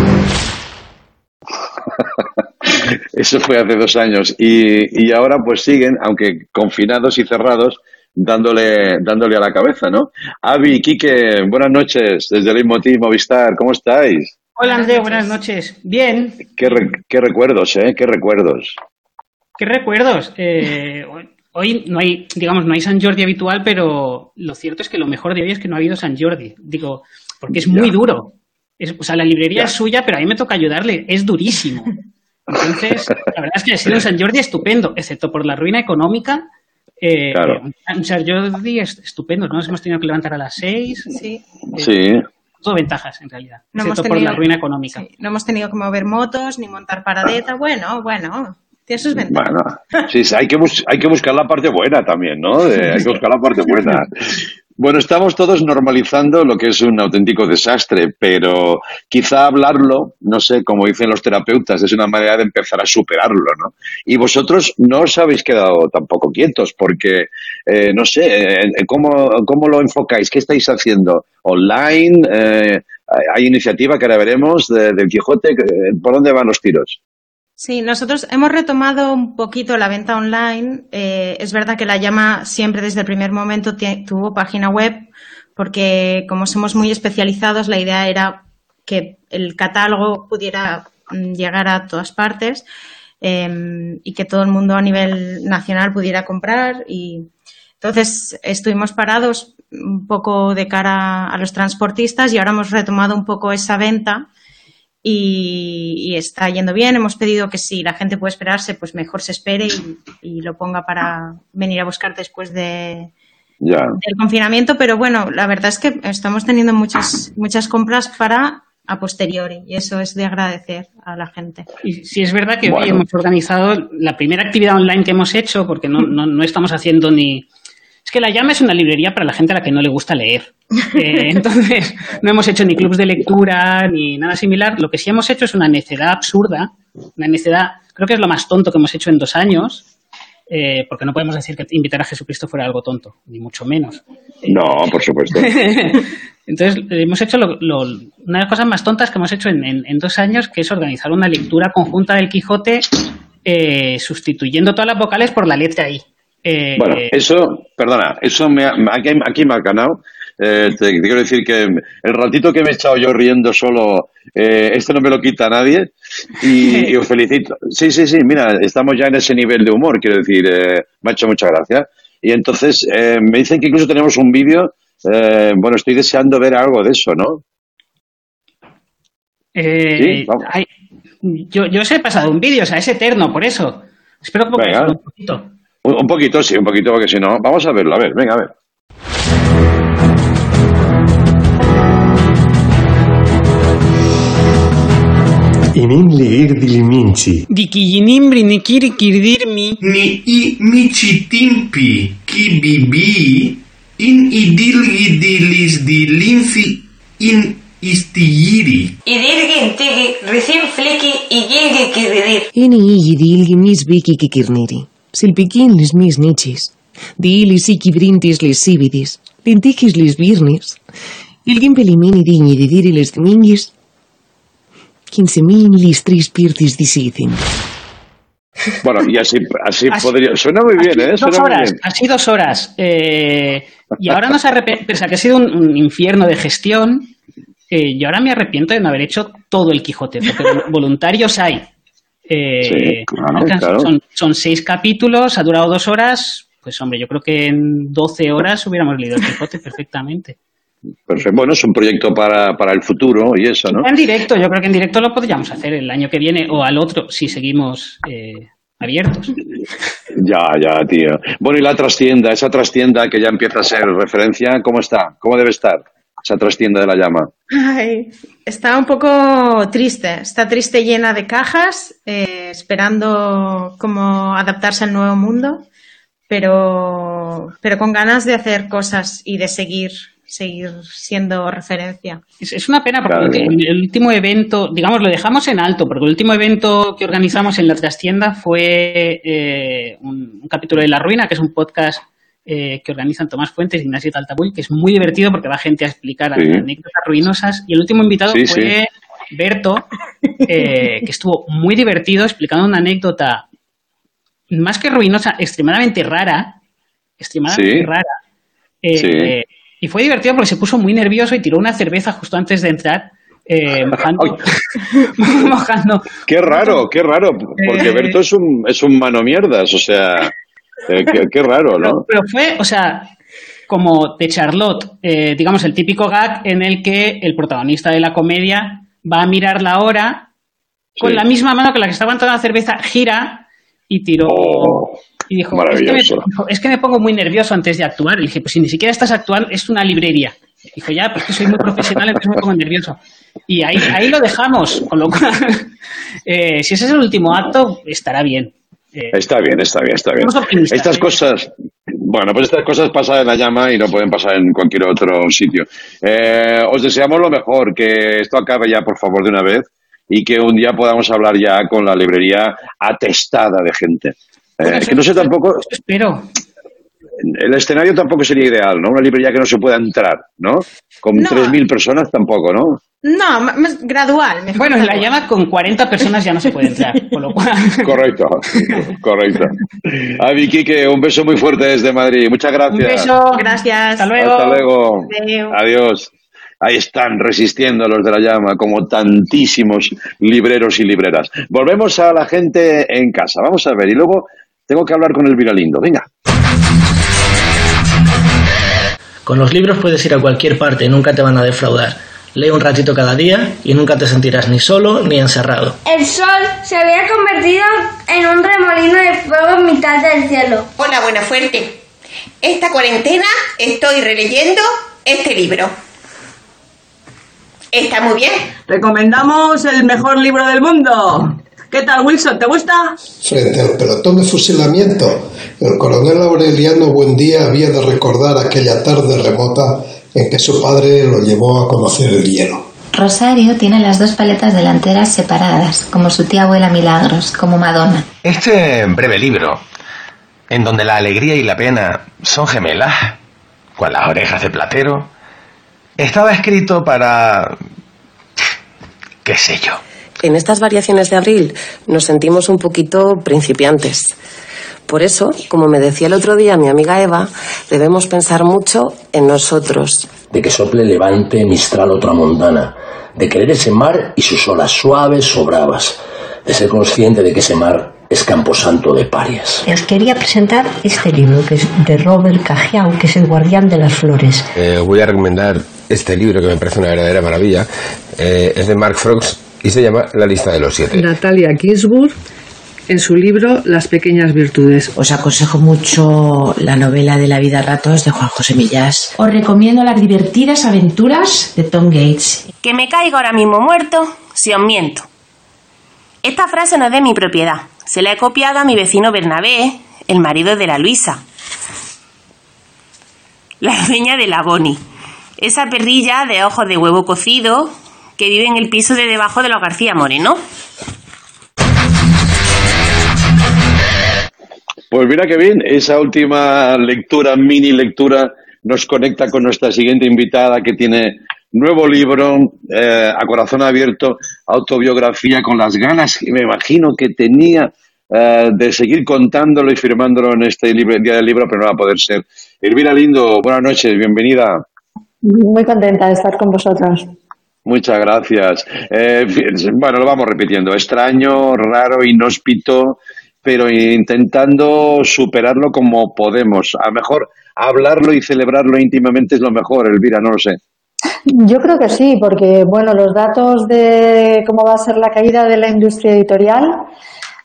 Eso fue hace dos años. Y, y ahora pues siguen, aunque confinados y cerrados, dándole dándole a la cabeza, ¿no? Avi, Quique, buenas noches desde el Leitmotiv Movistar. ¿Cómo estáis? Hola, Andreu, buenas noches. Bien. Qué, re, qué recuerdos, ¿eh? Qué recuerdos. ¿Qué recuerdos? Eh, hoy no hay, digamos, no hay San Jordi habitual, pero lo cierto es que lo mejor de hoy es que no ha habido San Jordi. Digo, porque es muy ya. duro. Es, o sea, la librería ya. es suya, pero a mí me toca ayudarle. Es durísimo. Entonces, la verdad es que ha sido un San Jordi estupendo, excepto por la ruina económica. Eh, claro. Un San Jordi estupendo. Nos hemos tenido que levantar a las seis. Sí. Eh, sí. Todo ventajas, en realidad, no excepto tenido, por la ruina económica. Sí, no hemos tenido que mover motos, ni montar paradeta. Bueno, bueno, tiene sus ventajas. Bueno, sí, hay que, bus hay que buscar la parte buena también, ¿no? De, hay que buscar la parte buena. Bueno, estamos todos normalizando lo que es un auténtico desastre, pero quizá hablarlo, no sé, como dicen los terapeutas, es una manera de empezar a superarlo, ¿no? Y vosotros no os habéis quedado tampoco quietos, porque, eh, no sé, eh, ¿cómo, ¿cómo lo enfocáis? ¿Qué estáis haciendo? ¿Online? Eh, ¿Hay iniciativa que ahora veremos de, del Quijote? ¿Por dónde van los tiros? Sí, nosotros hemos retomado un poquito la venta online. Eh, es verdad que La Llama siempre desde el primer momento tuvo página web, porque como somos muy especializados, la idea era que el catálogo pudiera llegar a todas partes eh, y que todo el mundo a nivel nacional pudiera comprar. Y entonces estuvimos parados un poco de cara a los transportistas y ahora hemos retomado un poco esa venta. Y, y está yendo bien. Hemos pedido que si la gente puede esperarse, pues mejor se espere y, y lo ponga para venir a buscar después de, ya. del confinamiento. Pero bueno, la verdad es que estamos teniendo muchas muchas compras para a posteriori y eso es de agradecer a la gente. Y sí, es verdad que bueno. hoy hemos organizado la primera actividad online que hemos hecho, porque no, no, no estamos haciendo ni... Es que La Llama es una librería para la gente a la que no le gusta leer. Eh, entonces, no hemos hecho ni clubs de lectura ni nada similar. Lo que sí hemos hecho es una necedad absurda, una necedad, creo que es lo más tonto que hemos hecho en dos años, eh, porque no podemos decir que invitar a Jesucristo fuera algo tonto, ni mucho menos. No, por supuesto. Entonces, hemos hecho lo, lo, una de las cosas más tontas que hemos hecho en, en, en dos años, que es organizar una lectura conjunta del Quijote, eh, sustituyendo todas las vocales por la letra I. Eh, bueno, eso, perdona, eso me ha, aquí, aquí me ha ganado. Eh, te, te quiero decir que el ratito que me he echado yo riendo solo, eh, esto no me lo quita nadie y, y os felicito. Sí, sí, sí, mira, estamos ya en ese nivel de humor, quiero decir, eh, me ha hecho mucha gracia. Y entonces eh, me dicen que incluso tenemos un vídeo, eh, bueno, estoy deseando ver algo de eso, ¿no? Eh, ¿Sí? Vamos. Hay, yo, yo os he pasado un vídeo, o sea, es eterno, por eso. Espero que venga. un poquito. Un, un poquito, sí, un poquito, porque si no, vamos a verlo, a ver, venga, a ver. Inin ligir diliminci. Dikijinimbri nikiri kirdirmi. Ni i michitimpi ki bibi in idil idilis dilinci in istigiri. Idilgin tigi recién fliki y yilgi kirdir. Ini idilgi mis biki kikirniri. Silpikin lis mis nichis. Diilis ikibrintis lis sibidis. Lintikis lis virnis. Ilgin pelimini diñi didiri lis domingis. quince mil listris pirtis disicin. Bueno, y así, así, así podría... Suena muy bien, ¿eh? Suena dos horas, muy bien. Así dos horas. Eh, y ahora nos arrepiento, pese a que ha sido un, un infierno de gestión, eh, yo ahora me arrepiento de no haber hecho todo el Quijote, porque voluntarios hay. Eh, sí, claro, claro. Son, son seis capítulos, ha durado dos horas, pues hombre, yo creo que en doce horas hubiéramos leído el Quijote perfectamente. Perfecto. Bueno, es un proyecto para, para el futuro y eso, ¿no? En directo, yo creo que en directo lo podríamos hacer el año que viene o al otro si seguimos eh, abiertos. Ya, ya, tío. Bueno, y la trastienda, esa trastienda que ya empieza a ser referencia, ¿cómo está? ¿Cómo debe estar esa trastienda de la llama? Ay, está un poco triste, está triste, llena de cajas, eh, esperando cómo adaptarse al nuevo mundo, pero, pero con ganas de hacer cosas y de seguir, seguir siendo referencia. Es, es una pena porque claro. el, el último evento, digamos, lo dejamos en alto, porque el último evento que organizamos en la trastienda fue eh, un, un capítulo de La Ruina, que es un podcast Eh, que organizan Tomás Fuentes y Ignacio Taltabull, que es muy divertido porque va gente a explicar sí. anécdotas ruinosas. Y el último invitado sí, fue sí. Berto, eh, que estuvo muy divertido explicando una anécdota más que ruinosa, extremadamente rara, extremadamente sí. rara. Eh, sí. eh, y fue divertido porque se puso muy nervioso y tiró una cerveza justo antes de entrar. Eh, mojando, mojando. Qué raro, qué raro, porque eh, Berto es un, es un mano mierdas, o sea... Eh, qué, qué raro, ¿no? Pero, pero fue, o sea, como de Charlotte, eh, digamos, el típico gag en el que el protagonista de la comedia va a mirar la hora sí. con la misma mano que la que está aguantando la cerveza, gira y tiró. Oh, y dijo, es que, me, dijo, es que me pongo muy nervioso antes de actuar. Y dije, pues si ni siquiera estás actuando, es una librería. Dijo, ya, pues que soy muy profesional, entonces me pongo nervioso. Y ahí, ahí lo dejamos, con lo cual, eh, si ese es el último acto, estará bien. Eh, está bien, está bien, está bien. Estas ¿eh? cosas, bueno, pues estas cosas pasan en la llama y no pueden pasar en cualquier otro sitio. Eh, os deseamos lo mejor, que esto acabe ya, por favor, de una vez y que un día podamos hablar ya con la librería atestada de gente. Eh, es que no sé tampoco... Espero. El escenario tampoco sería ideal, ¿no? Una librería que no se pueda entrar, ¿no? Con no. tres mil personas tampoco, ¿no? No, más gradual. Mejor bueno, en la llama con cuarenta personas ya no se puede entrar, por lo cual... Correcto, correcto. A Vicky, que un beso muy fuerte desde Madrid. Muchas gracias. Un beso, gracias. Hasta luego. Hasta luego. Adiós. Adiós. Ahí están resistiendo los de la llama, como tantísimos libreros y libreras. Volvemos a la gente en casa. Vamos a ver, y luego tengo que hablar con Elvira Lindo. Venga. Con los libros puedes ir a cualquier parte y nunca te van a defraudar. Lee un ratito cada día y nunca te sentirás ni solo ni encerrado. El sol se había convertido en un remolino de fuego en mitad del cielo. Hola, Buenafuerte. Esta cuarentena estoy releyendo este libro. Está muy bien. Recomendamos el mejor libro del mundo. ¿Qué tal, Wilson? ¿Te gusta? Frente al pelotón de fusilamiento, el coronel Aureliano Buendía había de recordar aquella tarde remota en que su padre lo llevó a conocer el hielo. Rosario tiene las dos paletas delanteras separadas, como su tía abuela Milagros, como Madonna. Este breve libro, en donde la alegría y la pena son gemelas, con las orejas de platero, estaba escrito para... qué sé yo. En estas variaciones de abril nos sentimos un poquito principiantes. Por eso, como me decía el otro día mi amiga Eva, debemos pensar mucho en nosotros. De que sople levante, mistral o tramontana, de querer ese mar y sus olas suaves o bravas, de ser consciente de que ese mar es camposanto de parias. Os quería presentar este libro, que es de Robert Cajiao, que es El guardián de las flores. Eh, voy a recomendar este libro que me parece una verdadera maravilla. Eh, es de Mark Frost y se llama La lista de los siete. Natalia Ginsburg, en su libro Las pequeñas virtudes. Os aconsejo mucho la novela de La vida a ratos de Juan José Millás. Os recomiendo Las divertidas aventuras de Tom Gates. Que me caigo ahora mismo muerto si os miento. Esta frase no es de mi propiedad. Se la he copiado a mi vecino Bernabé, el marido de la Luisa, la dueña de la Boni, esa perrilla de ojos de huevo cocido que vive en el piso de debajo de los García Moreno. Pues mira que bien, esa última lectura, mini lectura, nos conecta con nuestra siguiente invitada que tiene nuevo libro, eh, a corazón abierto, autobiografía, con las ganas que me imagino que tenía eh, de seguir contándolo y firmándolo en este libro, Día del Libro, pero no va a poder ser. Elvira Lindo, buenas noches, bienvenida. Muy contenta de estar con vosotros. Muchas gracias. Eh, bueno, lo vamos repitiendo. Extraño, raro, inhóspito, pero intentando superarlo como podemos. A lo mejor hablarlo y celebrarlo íntimamente es lo mejor, Elvira, no lo sé. Yo creo que sí, porque bueno, los datos de cómo va a ser la caída de la industria editorial,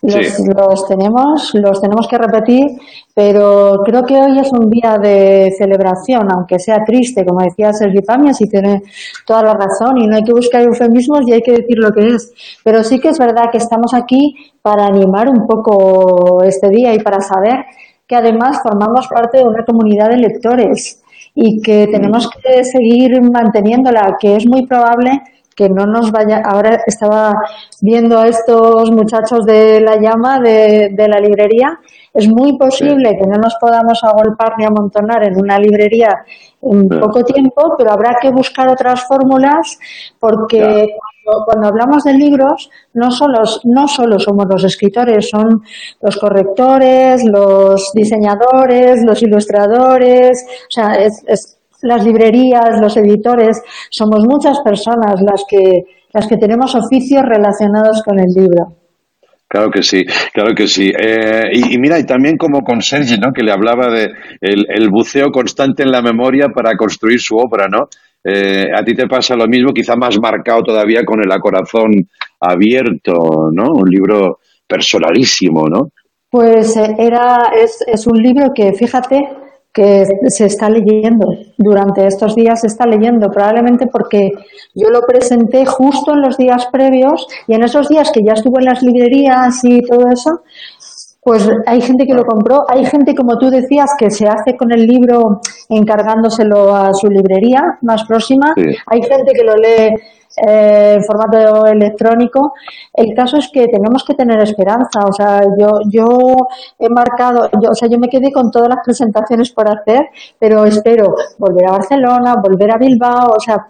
Los, Sí. los tenemos, los tenemos que repetir, pero creo que hoy es un día de celebración, aunque sea triste, como decía Sergi Pamias, y tiene toda la razón, y no hay que buscar eufemismos y hay que decir lo que es. Pero sí que es verdad que estamos aquí para animar un poco este día y para saber que además formamos parte de una comunidad de lectores y que tenemos que seguir manteniéndola, que es muy probable que no nos vaya. Ahora estaba viendo a estos muchachos de La Llama, de, de la librería. Es muy posible sí. que no nos podamos agolpar ni amontonar en una librería en sí. poco tiempo, pero habrá que buscar otras fórmulas porque cuando, cuando hablamos de libros no solo, no solo somos los escritores, son los correctores, los diseñadores, los ilustradores, o sea, es, es las librerías, los editores, somos muchas personas las que las que tenemos oficios relacionados con el libro. Claro que sí, claro que sí. Eh, y, y mira, y también como con Sergi, ¿no? Que le hablaba de el, el buceo constante en la memoria para construir su obra, ¿no? Eh, a ti te pasa lo mismo, quizá más marcado todavía con El a corazón abierto, ¿no? Un libro personalísimo, ¿no? Pues eh, era es, es un libro que, fíjate, que se está leyendo, durante estos días se está leyendo, probablemente porque yo lo presenté justo en los días previos y en esos días que ya estuvo en las librerías y todo eso, pues hay gente que lo compró, hay gente, como tú decías, que se hace con el libro encargándoselo a su librería más próxima, sí. hay gente que lo lee Eh, en formato electrónico. El caso es que tenemos que tener esperanza. O sea, yo yo he marcado, yo, o sea, yo me quedé con todas las presentaciones por hacer, pero espero volver a Barcelona, volver a Bilbao. O sea,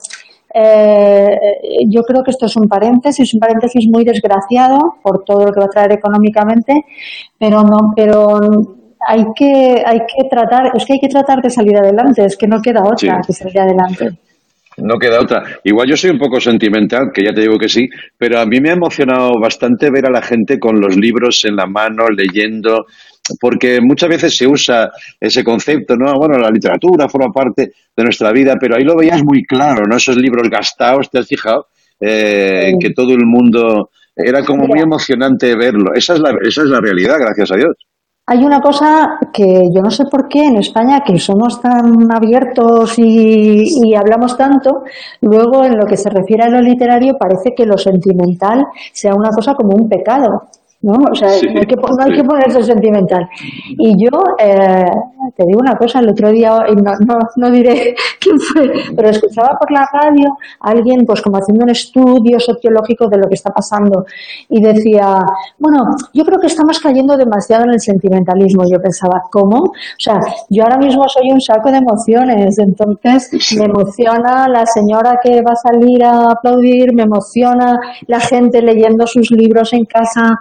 eh, yo creo que esto es un paréntesis, un paréntesis muy desgraciado por todo lo que va a traer económicamente, pero no, pero hay que hay que tratar, es que hay que tratar de salir adelante. Es que no queda otra sí. que salir adelante. No queda otra. Igual yo soy un poco sentimental, que ya te digo que sí, pero a mí me ha emocionado bastante ver a la gente con los libros en la mano, leyendo, porque muchas veces se usa ese concepto, ¿no? Bueno, la literatura forma parte de nuestra vida, pero ahí lo veías muy claro, ¿no? Esos libros gastados, ¿te has fijado? Eh, sí. Que todo el mundo... Era como muy emocionante verlo. Esa es la, esa es la realidad, gracias a Dios. Hay una cosa que yo no sé por qué en España, que somos tan abiertos y, y hablamos tanto, luego en lo que se refiere a lo literario parece que lo sentimental sea una cosa como un pecado, ¿no? O sea, sí, no, hay que, no hay que ponerse sentimental. Y yo eh, te digo una cosa, el otro día, no, no, no diré quién fue, pero escuchaba por la radio a alguien pues como haciendo un estudio sociológico de lo que está pasando y decía, bueno, yo creo que estamos cayendo demasiado en el sentimentalismo. Yo pensaba, ¿cómo? O sea, yo ahora mismo soy un saco de emociones, entonces me emociona la señora que va a salir a aplaudir, me emociona la gente leyendo sus libros en casa.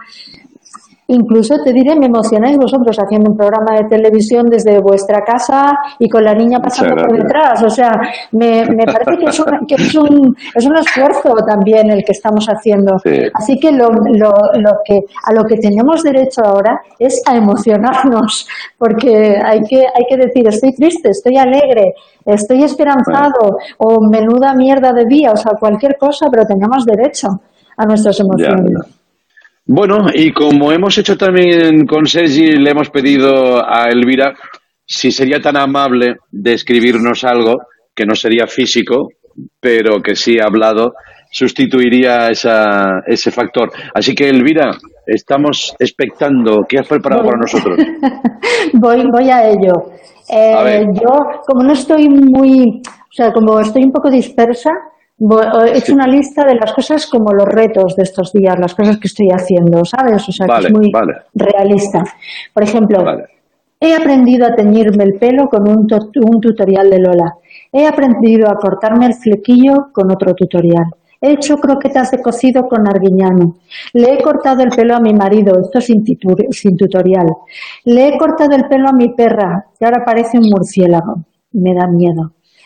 Incluso te diré, me emocionáis vosotros haciendo un programa de televisión desde vuestra casa y con la niña pasando por detrás. O sea, me, me parece que, es un, que es, un, es un esfuerzo también el que estamos haciendo. Sí. Así que lo, lo, lo que a lo que tenemos derecho ahora es a emocionarnos, porque hay que, hay que decir, estoy triste, estoy alegre, estoy esperanzado, o menuda mierda de día, o sea, cualquier cosa, pero tenemos derecho a nuestras emociones. Ya, ya. Bueno, y como hemos hecho también con Sergi, le hemos pedido a Elvira si sería tan amable de escribirnos algo que no sería físico, pero que sí hablado, sustituiría esa, ese factor. Así que, Elvira, estamos expectando. ¿Qué has preparado voy. para nosotros? voy, voy a ello. Eh, yo, como no estoy muy, o sea, como estoy un poco dispersa, he hecho una lista de las cosas como los retos de estos días, las cosas que estoy haciendo, ¿sabes? O sea, vale, que es muy vale. realista. Por ejemplo, vale. he aprendido a teñirme el pelo con un, un tutorial de Lola. He aprendido a cortarme el flequillo con otro tutorial. He hecho croquetas de cocido con Arguiñano. Le he cortado el pelo a mi marido, esto sin, sin tutorial. Le he cortado el pelo a mi perra, que ahora parece un murciélago. Me da miedo.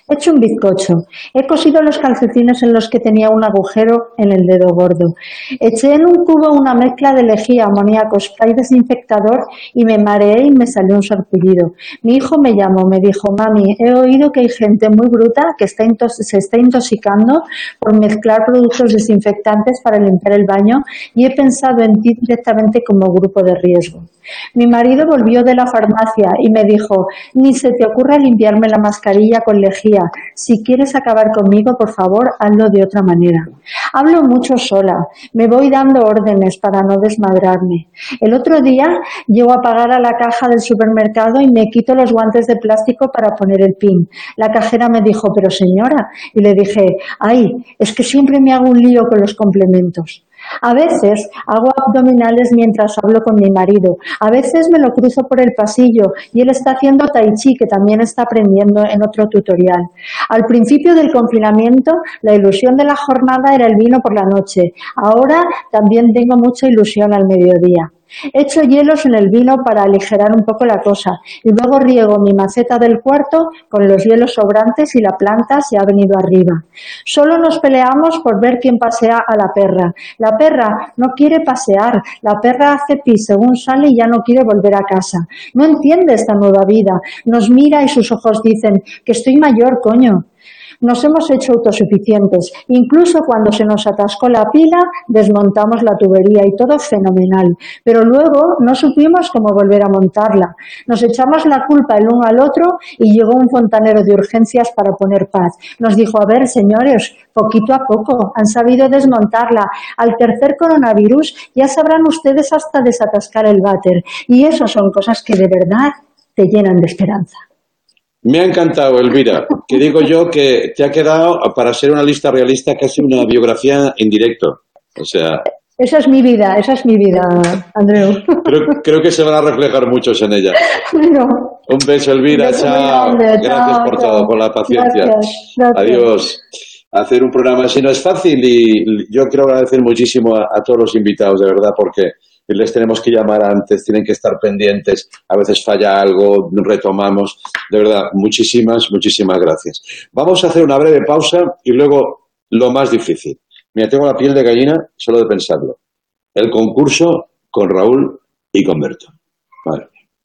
He hecho un bizcocho. He cosido los calcetines en los que tenía un agujero en el dedo gordo. Eché en un cubo una mezcla de lejía, amoníaco, spray desinfectador y me mareé y me salió un sarpullido. Mi hijo me llamó, me dijo: mami, he oído que hay gente muy bruta que está intos- se está intoxicando por mezclar productos desinfectantes para limpiar el baño y he pensado en ti directamente como grupo de riesgo. Mi marido volvió de la farmacia y me dijo: ni se te ocurra limpiarme la mascarilla con lejía. Si quieres acabar conmigo, por favor, hazlo de otra manera. Hablo mucho sola. Me voy dando órdenes para no desmadrarme. El otro día llego a pagar a la caja del supermercado y me quito los guantes de plástico para poner el pin. La cajera me dijo: pero señora, y le dije: ay, es que siempre me hago un lío con los complementos. A veces hago abdominales mientras hablo con mi marido. A veces me lo cruzo por el pasillo y él está haciendo tai chi, que también está aprendiendo en otro tutorial. Al principio del confinamiento, la ilusión de la jornada era el vino por la noche. Ahora también tengo mucha ilusión al mediodía. He hecho hielos en el vino para aligerar un poco la cosa y luego riego mi maceta del cuarto con los hielos sobrantes y la planta se ha venido arriba. Solo nos peleamos por ver quién pasea a la perra. La perra no quiere pasear, la perra hace pis según sale y ya no quiere volver a casa. No entiende esta nueva vida. Nos mira y sus ojos dicen: que estoy mayor, coño. Nos hemos hecho autosuficientes. Incluso cuando se nos atascó la pila, desmontamos la tubería y todo fenomenal. Pero luego no supimos cómo volver a montarla. Nos echamos la culpa el uno al otro y llegó un fontanero de urgencias para poner paz. Nos dijo: a ver, señores, poquito a poco, han sabido desmontarla. Al tercer coronavirus ya sabrán ustedes hasta desatascar el váter. Y eso son cosas que de verdad te llenan de esperanza. Me ha encantado, Elvira, que digo yo que te ha quedado, para ser una lista realista, casi una biografía en directo. O sea... Esa es mi vida, esa es mi vida, Andreu. Creo, creo que se van a reflejar muchos en ella. Bueno, un beso, Elvira, un beso chao. grande, Gracias chao, por chao. todo, por la paciencia. Gracias, gracias. Adiós. Hacer un programa así no es fácil y yo quiero agradecer muchísimo a, a todos los invitados, de verdad, porque les tenemos que llamar antes, tienen que estar pendientes, a veces falla algo, retomamos. De verdad, muchísimas, muchísimas gracias. Vamos a hacer una breve pausa y luego lo más difícil. Mira, tengo la piel de gallina solo de pensarlo. El concurso con Raúl y con Berto. Vale.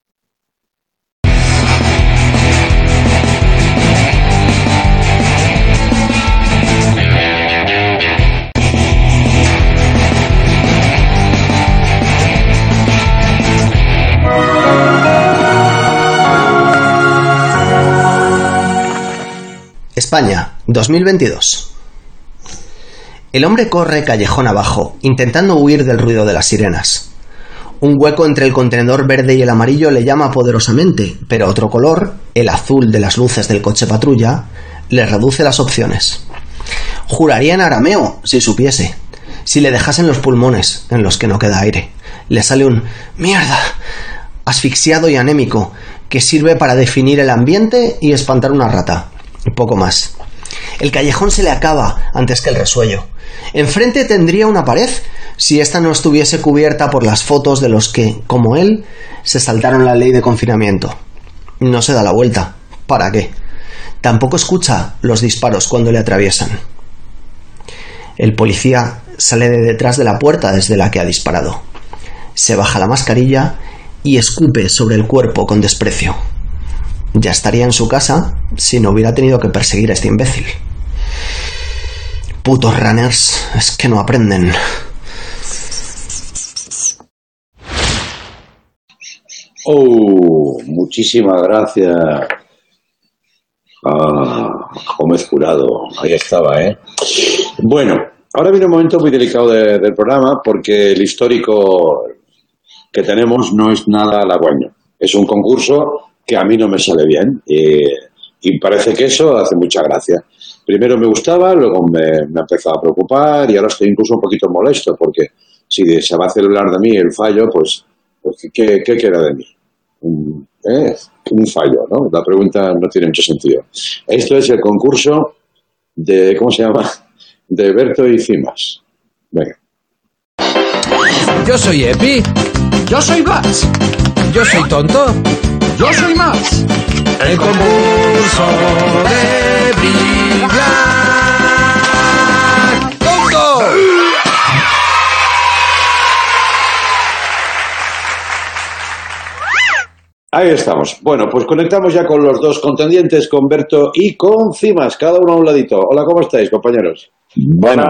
España, dos mil veintidós. El hombre corre callejón abajo, intentando huir del ruido de las sirenas. Un hueco entre el contenedor verde y el amarillo le llama poderosamente, pero otro color, el azul de las luces del coche patrulla, le reduce las opciones. Juraría en arameo, si supiese, si le dejasen los pulmones, en los que no queda aire. Le sale un «mierda», asfixiado y anémico, que sirve para definir el ambiente y espantar una rata. Poco más. El callejón se le acaba antes que el resuello. Enfrente tendría una pared si ésta no estuviese cubierta por las fotos de los que, como él, se saltaron la ley de confinamiento. No se da la vuelta. ¿Para qué? Tampoco escucha los disparos cuando le atraviesan. El policía sale de detrás de la puerta desde la que ha disparado. Se baja la mascarilla y escupe sobre el cuerpo con desprecio. Ya estaría en su casa si no hubiera tenido que perseguir a este imbécil. Putos runners, es que no aprenden. Oh, muchísimas gracias. Ah, Gómez Jurado, ahí estaba, ¿eh? Bueno, ahora viene un momento muy delicado de, del programa porque el histórico que tenemos no es nada halagüeño. Es un concurso que a mí no me sale bien eh, y parece que eso hace mucha gracia. Primero me gustaba, luego me, me empezó a preocupar y ahora estoy incluso un poquito molesto porque si se va a celebrar de mí el fallo, pues, pues ¿qué, qué queda de mí? Un, eh, un fallo, ¿no? La pregunta no tiene mucho sentido. Esto es el concurso de, ¿cómo se llama? De Berto y Cimas. Venga. Yo soy Epi. Yo soy Blas. Yo soy tonto. Yo soy Max. El concurso de Bill Black. ¡Tonto! Ahí estamos. Bueno, pues conectamos ya con los dos contendientes, con Berto y con Cimas, cada uno a un ladito. Hola, ¿cómo estáis, compañeros? Bueno,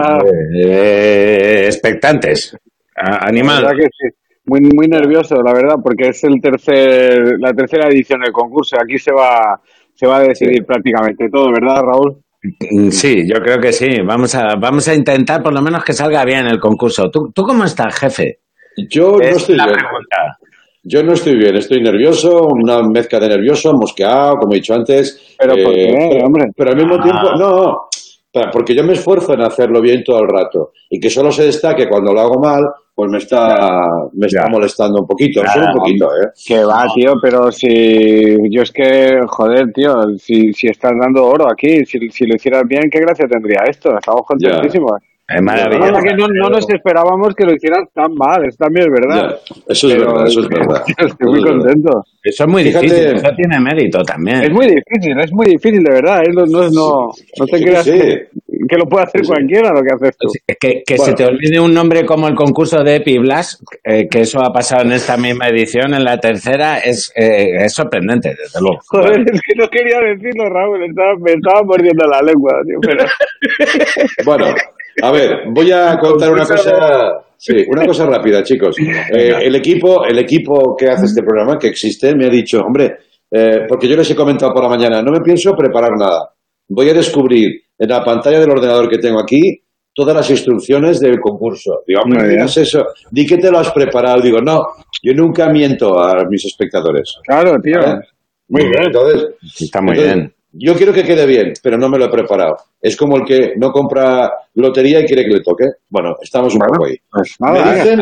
eh, expectantes. A- animal. La verdad que sí. Muy, muy nervioso, la verdad, porque es el tercer, la tercera edición del concurso. Aquí se va, se va a decidir sí. prácticamente todo, ¿verdad, Raúl? Sí, yo creo que sí. Vamos a, vamos a intentar por lo menos que salga bien el concurso. ¿Tú, tú cómo estás, jefe? Yo es no estoy bien. Pregunta. Yo no estoy bien, estoy nervioso, una mezcla de nervioso, mosqueado, como he dicho antes. Pero, ¿por eh, qué, pero, hombre? pero al mismo Ah. tiempo, no, porque yo me esfuerzo en hacerlo bien todo el rato. Y que solo se destaque cuando lo hago mal, pues me está, me está molestando un poquito, Claro, solo un poquito, ¿eh? Que va, tío, pero si... Yo es que, joder, tío, si, si estás dando oro aquí, si, si lo hicieras bien, ¿qué gracia tendría esto? Estamos contentísimos. Es maravilloso. No, que no, no nos esperábamos que lo hicieras tan mal, eso también es verdad. Ya, eso es Pero, verdad, eso es verdad. Estoy muy Eso es contento. Eso es muy Fíjate- difícil, eso tiene mérito también. Es muy difícil, es muy difícil, de verdad. ¿eh? No, no, no, no te Sí, creas sí. Que, que lo puede hacer Sí, sí. cualquiera lo que haces tú. Es que, que Bueno. se te olvide un nombre como el concurso de Epiblas, eh, que eso ha pasado en esta misma edición, en la tercera, es, eh, es sorprendente, desde luego. Joder, es que no quería decirlo, Raúl, estaba, me estaba mordiendo la lengua, tío, pero... Bueno, a ver, voy a contar una cosa, sí, una cosa rápida, chicos. Eh, el equipo, el equipo que hace este programa, que existe, me ha dicho, hombre, eh, porque yo les he comentado por la mañana, no me pienso preparar nada. Voy a descubrir en la pantalla del ordenador que tengo aquí todas las instrucciones del concurso. Digo, hombre, Muy ¿qué bien. es eso? Di que te lo has preparado. Digo, no, yo nunca miento a mis espectadores. Claro, tío. ¿Vale? Muy bien. Entonces, Está muy entonces, bien. yo quiero que quede bien, pero no me lo he preparado. Es como el que no compra lotería y quiere que le toque. Bueno, estamos un Bueno, poco ahí. pues nada, me dicen,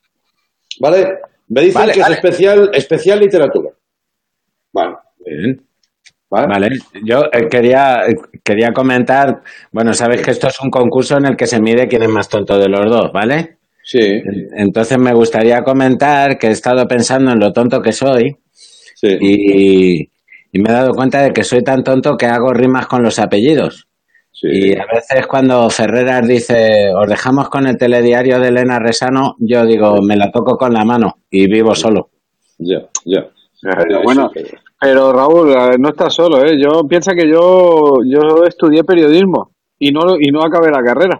¿vale? Me dicen Vale, que vale. es especial, especial literatura. Vale. Bien. ¿Vale? Vale, yo eh, quería, eh, quería comentar, bueno, sabes que esto es un concurso en el que se mide quién es más tonto de los dos, ¿vale? Sí. Entonces me gustaría comentar que he estado pensando en lo tonto que soy Sí. y, y me he dado cuenta de que soy tan tonto que hago rimas con los apellidos. Sí. Y a veces cuando Ferreras dice, os dejamos con el telediario de Elena Resano, yo digo, me la toco con la mano y vivo solo. Ya, ya. Pero bueno, pero Raúl, eh, no estás solo, ¿eh? Yo piensa que yo, yo estudié periodismo y no, y no acabé la carrera.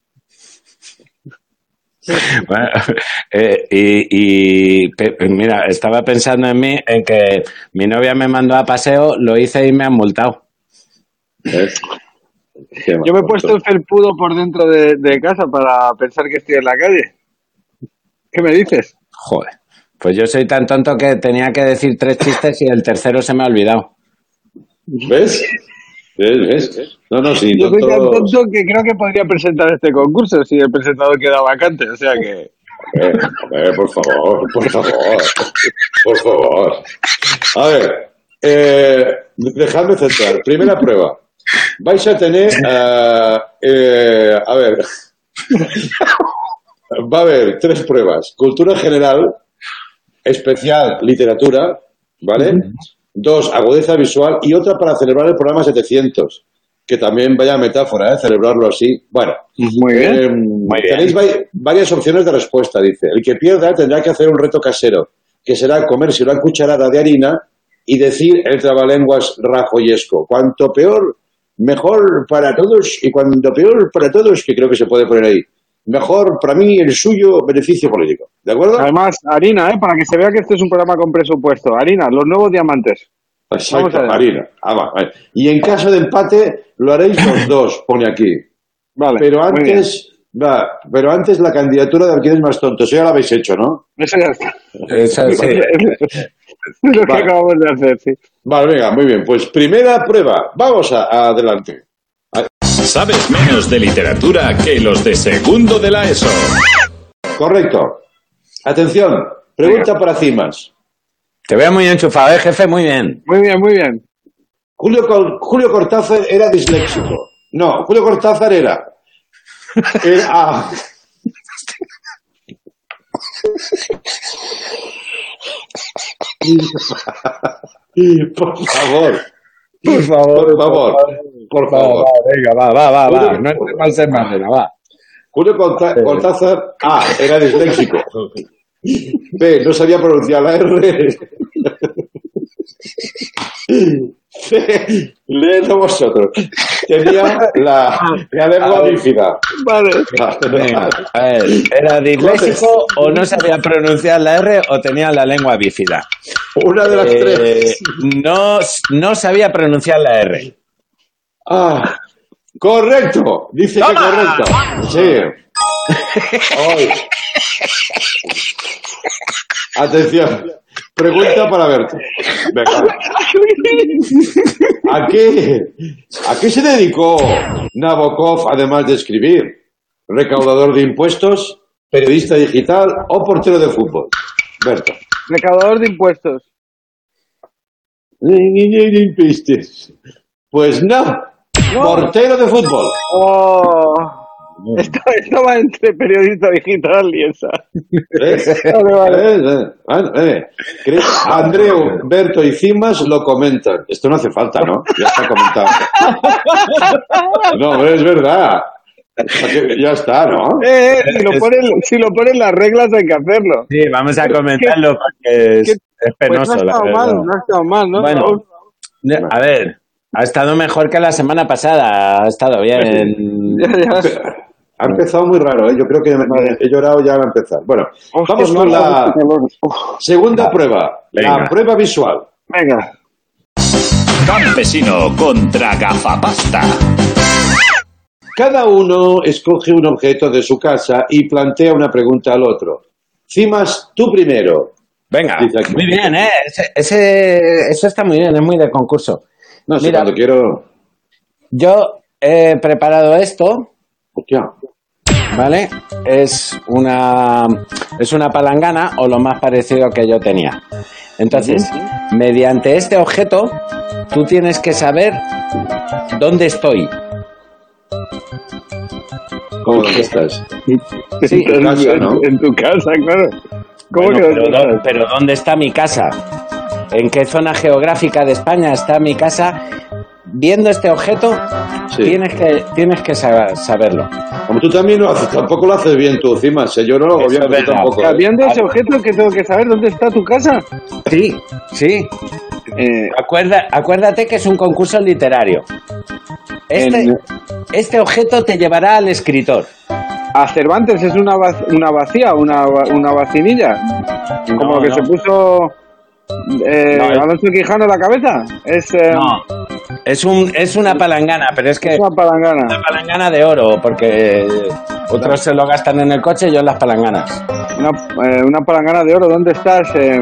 Bueno, eh, y, y pe- mira, estaba pensando en mí, en que mi novia me mandó a paseo, lo hice y me han multado. ¿Ves? Qué Yo me he puesto el felpudo por dentro de, de casa para pensar que estoy en la calle. ¿Qué me dices? Joder, pues yo soy tan tonto que tenía que decir tres chistes y el tercero se me ha olvidado. ¿Ves? ¿Ves? ¿Ves? No, no, sí. Yo soy tan tonto- tonto que creo que podría presentar este concurso si el presentador queda vacante, o sea que... Eh, a ver, por favor, por favor, por favor. A ver, eh, dejadme centrar. Primera prueba. Vais a tener, eh, eh, a ver, va a haber tres pruebas. Cultura general, especial literatura, ¿vale? Dos, agudeza visual y otra para celebrar el programa setecientos. Que también vaya metáfora, ¿eh? Celebrarlo así. Bueno, Muy bien. eh, tenéis va- varias opciones de respuesta, dice. El que pierda tendrá que hacer un reto casero, que será comerse una cucharada de harina y decir el trabalenguas rajoyesco. Cuanto peor, mejor para todos, y cuanto peor para todos, que creo que se puede poner ahí. Mejor para mí el suyo beneficio político. ¿De acuerdo? Además, harina, ¿eh? Para que se vea que este es un programa con presupuesto. Harina, los nuevos diamantes. Exacto, Vamos a ver. harina. Ah, va, vale. Y en caso de empate, lo haréis los dos, pone aquí. Vale, Pero muy antes, va, pero antes la candidatura de quién es más tonto. Eso ya lo habéis hecho, ¿no? Eso ya está. Eso sí. Es lo que Vale. acabamos de hacer, sí. Vale, venga, muy bien. Pues primera prueba. Vamos a, a adelante. Sabes menos de literatura que los de segundo de la ESO. Correcto. Atención. Pregunta para Cimas. Te veo muy enchufado, ¿eh, jefe? Muy bien. Muy bien, muy bien. Julio, Cor- Julio Cortázar era disléxico. No, Julio Cortázar era... era ah. Por favor. Por favor, por favor. Por favor. Va, venga, va, va, va, va. Julio- No es mal ser madera, va. Julio Corta- Cortázar, A, era disléxico. B, no sabía pronunciar la R. C, leedlo vosotros. Tenía la, la lengua bífida. Vale. Venga, a ver, ¿era disléxico o no sabía pronunciar la R o tenía la lengua bífida? Una de las Eh, tres. No, no sabía pronunciar la R. Ah, correcto. Dice que ¡Toma! correcto. Sí. Ay. Atención. Pregunta para Berto. Venga. ¿A qué, ¿A qué se dedicó Nabokov además de escribir? ¿Recaudador de impuestos? ¿Periodista digital o portero de fútbol? Berto. Recaudador de impuestos. Pistes. Pues no. Portero de fútbol. Oh. Esto, esto va entre periodista digital y esa. ¿Ves? Vale, vale. ¿Ves? ¿Ves? Bueno, eh. ¿Crees? Andreu, Berto y Cimas lo comentan. Esto no hace falta, ¿no? Ya está comentado. No, hombre, es verdad. Ya está, ¿no? Eh, eh, si, lo ponen, si lo ponen las reglas hay que hacerlo. Sí, vamos a comentarlo porque es, es penoso. Pues no ha estado la mal, verdad. no ha estado mal, ¿no? Bueno, a ver, ha estado mejor que la semana pasada, ha estado bien. Ha empezado muy raro, ¿eh? Yo creo que me- he llorado ya al empezar. Bueno, vamos con la segunda prueba, la Venga. prueba visual. Venga. Campesino contra gafapasta. Cada uno escoge un objeto de su casa y plantea una pregunta al otro. Cimas, tú primero. Venga, Dice aquí. muy bien, ¿eh? Ese, ese- eso está muy bien, es muy de concurso. No sé, Mira, cuando quiero... yo he preparado esto, Hostia. ¿vale? Es una, es una palangana o lo más parecido que yo tenía. Entonces, mediante este objeto, tú tienes que saber dónde estoy. ¿Cómo dónde estás? Sí, En casa, ¿no? En tu casa, claro. ¿Cómo Bueno, que pero, dónde ¿dó- estás? pero ¿dónde está mi casa? ¿En qué zona geográfica de España está mi casa? Viendo este objeto, Sí. tienes que, tienes que saber- saberlo. Como tú también lo haces, tampoco lo haces bien tú, Cimas. ¿eh? Yo no lo hago Eso bien, es pero tú verdad. tampoco. O sea, ¿eh? viendo ese objeto que tengo que saber dónde está tu casa. Sí, sí. Eh, Acuerda, acuérdate que es un concurso literario. Este, En- este objeto te llevará al escritor. a Cervantes es una, va- una vacía, una, va- una vacinilla. Como No, que no. se puso eh, No, es- Alonso Quijano la cabeza. Es, eh, No, es, un, es una palangana, pero es que es una palangana. una palangana de oro, porque otros se lo gastan en el coche y yo en las palanganas. Una, eh, una palangana de oro. ¿Dónde estás? Eh,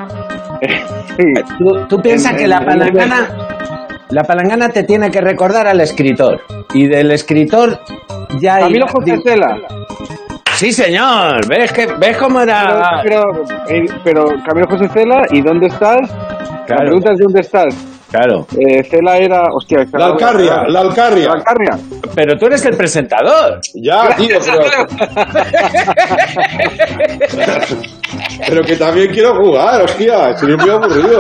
Tú, tú piensas En- que en- la en- palangana, la palangana te tiene que recordar al escritor. Y del escritor ya hay... Camilo José Cela. Sí, señor. ¿Ves, que, ¿Ves cómo era...? Pero, pero, eh, pero Camilo José Cela, ¿y dónde estás? La Claro. pregunta es ¿dónde estás? Claro. Eh, Cela era... Hostia, La Alcarria, la Alcarria. La Alcarria. Pero tú eres el presentador. Ya, tío, pero... pero que también quiero jugar, hostia. Estoy muy aburrido.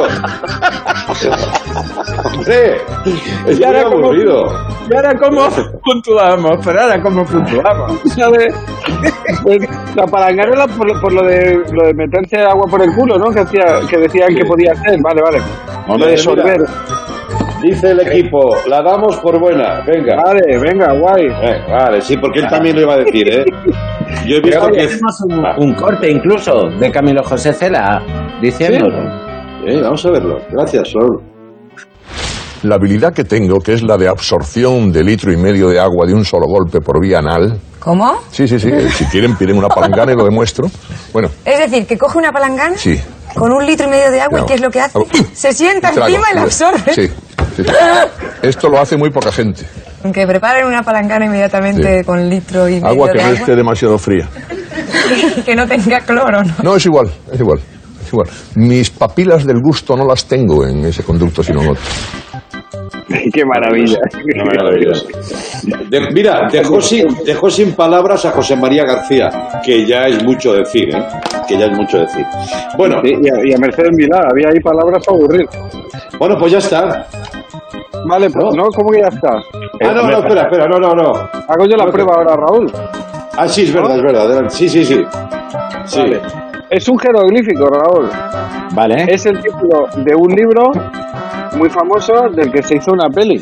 Hombre, es Y muy ahora cómo- aburrido. ¿Y ahora cómo puntuamos? Pero ahora cómo puntuamos. ¿Sabes? Pues la palangana era por, por lo de lo de meterse agua por el culo, ¿no? Que, hacía, que decían Sí. que podía hacer. Vale, vale. Lo Mira, de sorber. Dice el equipo, la damos por buena. Venga. Vale, venga, guay. Eh, vale, sí, porque él también lo iba a decir, ¿eh? Yo he visto Creo que que... tenemos un, un corte incluso de Camilo José Cela diciéndolo. Eh, vamos a verlo. Gracias, Sol. La habilidad que tengo, que es la de absorción de litro y medio de agua de un solo golpe por vía anal. ¿Cómo? Sí, sí, sí. eh, Si quieren, piden una palangana y lo demuestro. Bueno, Es decir, que coge una palangana sí. con un litro y medio de agua Claro. y ¿qué es lo que hace? Hago- Se sienta Trago, encima y la sí, absorbe. Sí, sí, sí. Esto lo hace muy poca gente. Que preparen una palangana inmediatamente Sí. con litro y medio Agua que de no agua. esté demasiado fría. que no tenga cloro, ¿no? No, es igual, es igual. Es igual. Mis papilas del gusto no las tengo en ese conducto, sino en otro. Qué maravilla. Qué maravilla. De- mira, dejó sin, dejó sin palabras a José María García, que ya es mucho decir, ¿eh? Que ya es mucho decir. Bueno. Sí, y, a, y a Mercedes Milá, había ahí palabras para aburrir. Bueno, pues ya está. Vale, pues no, ¿cómo que ya está? Ah, no, no, espera, espera, no, no, no. Hago yo la No, prueba que- ahora, Raúl. Ah, sí, es verdad, es verdad. Adelante. Sí, sí, sí. Sí. Vale. Es un jeroglífico, Raúl. Vale. Es el título de un libro muy famoso del que se hizo una peli.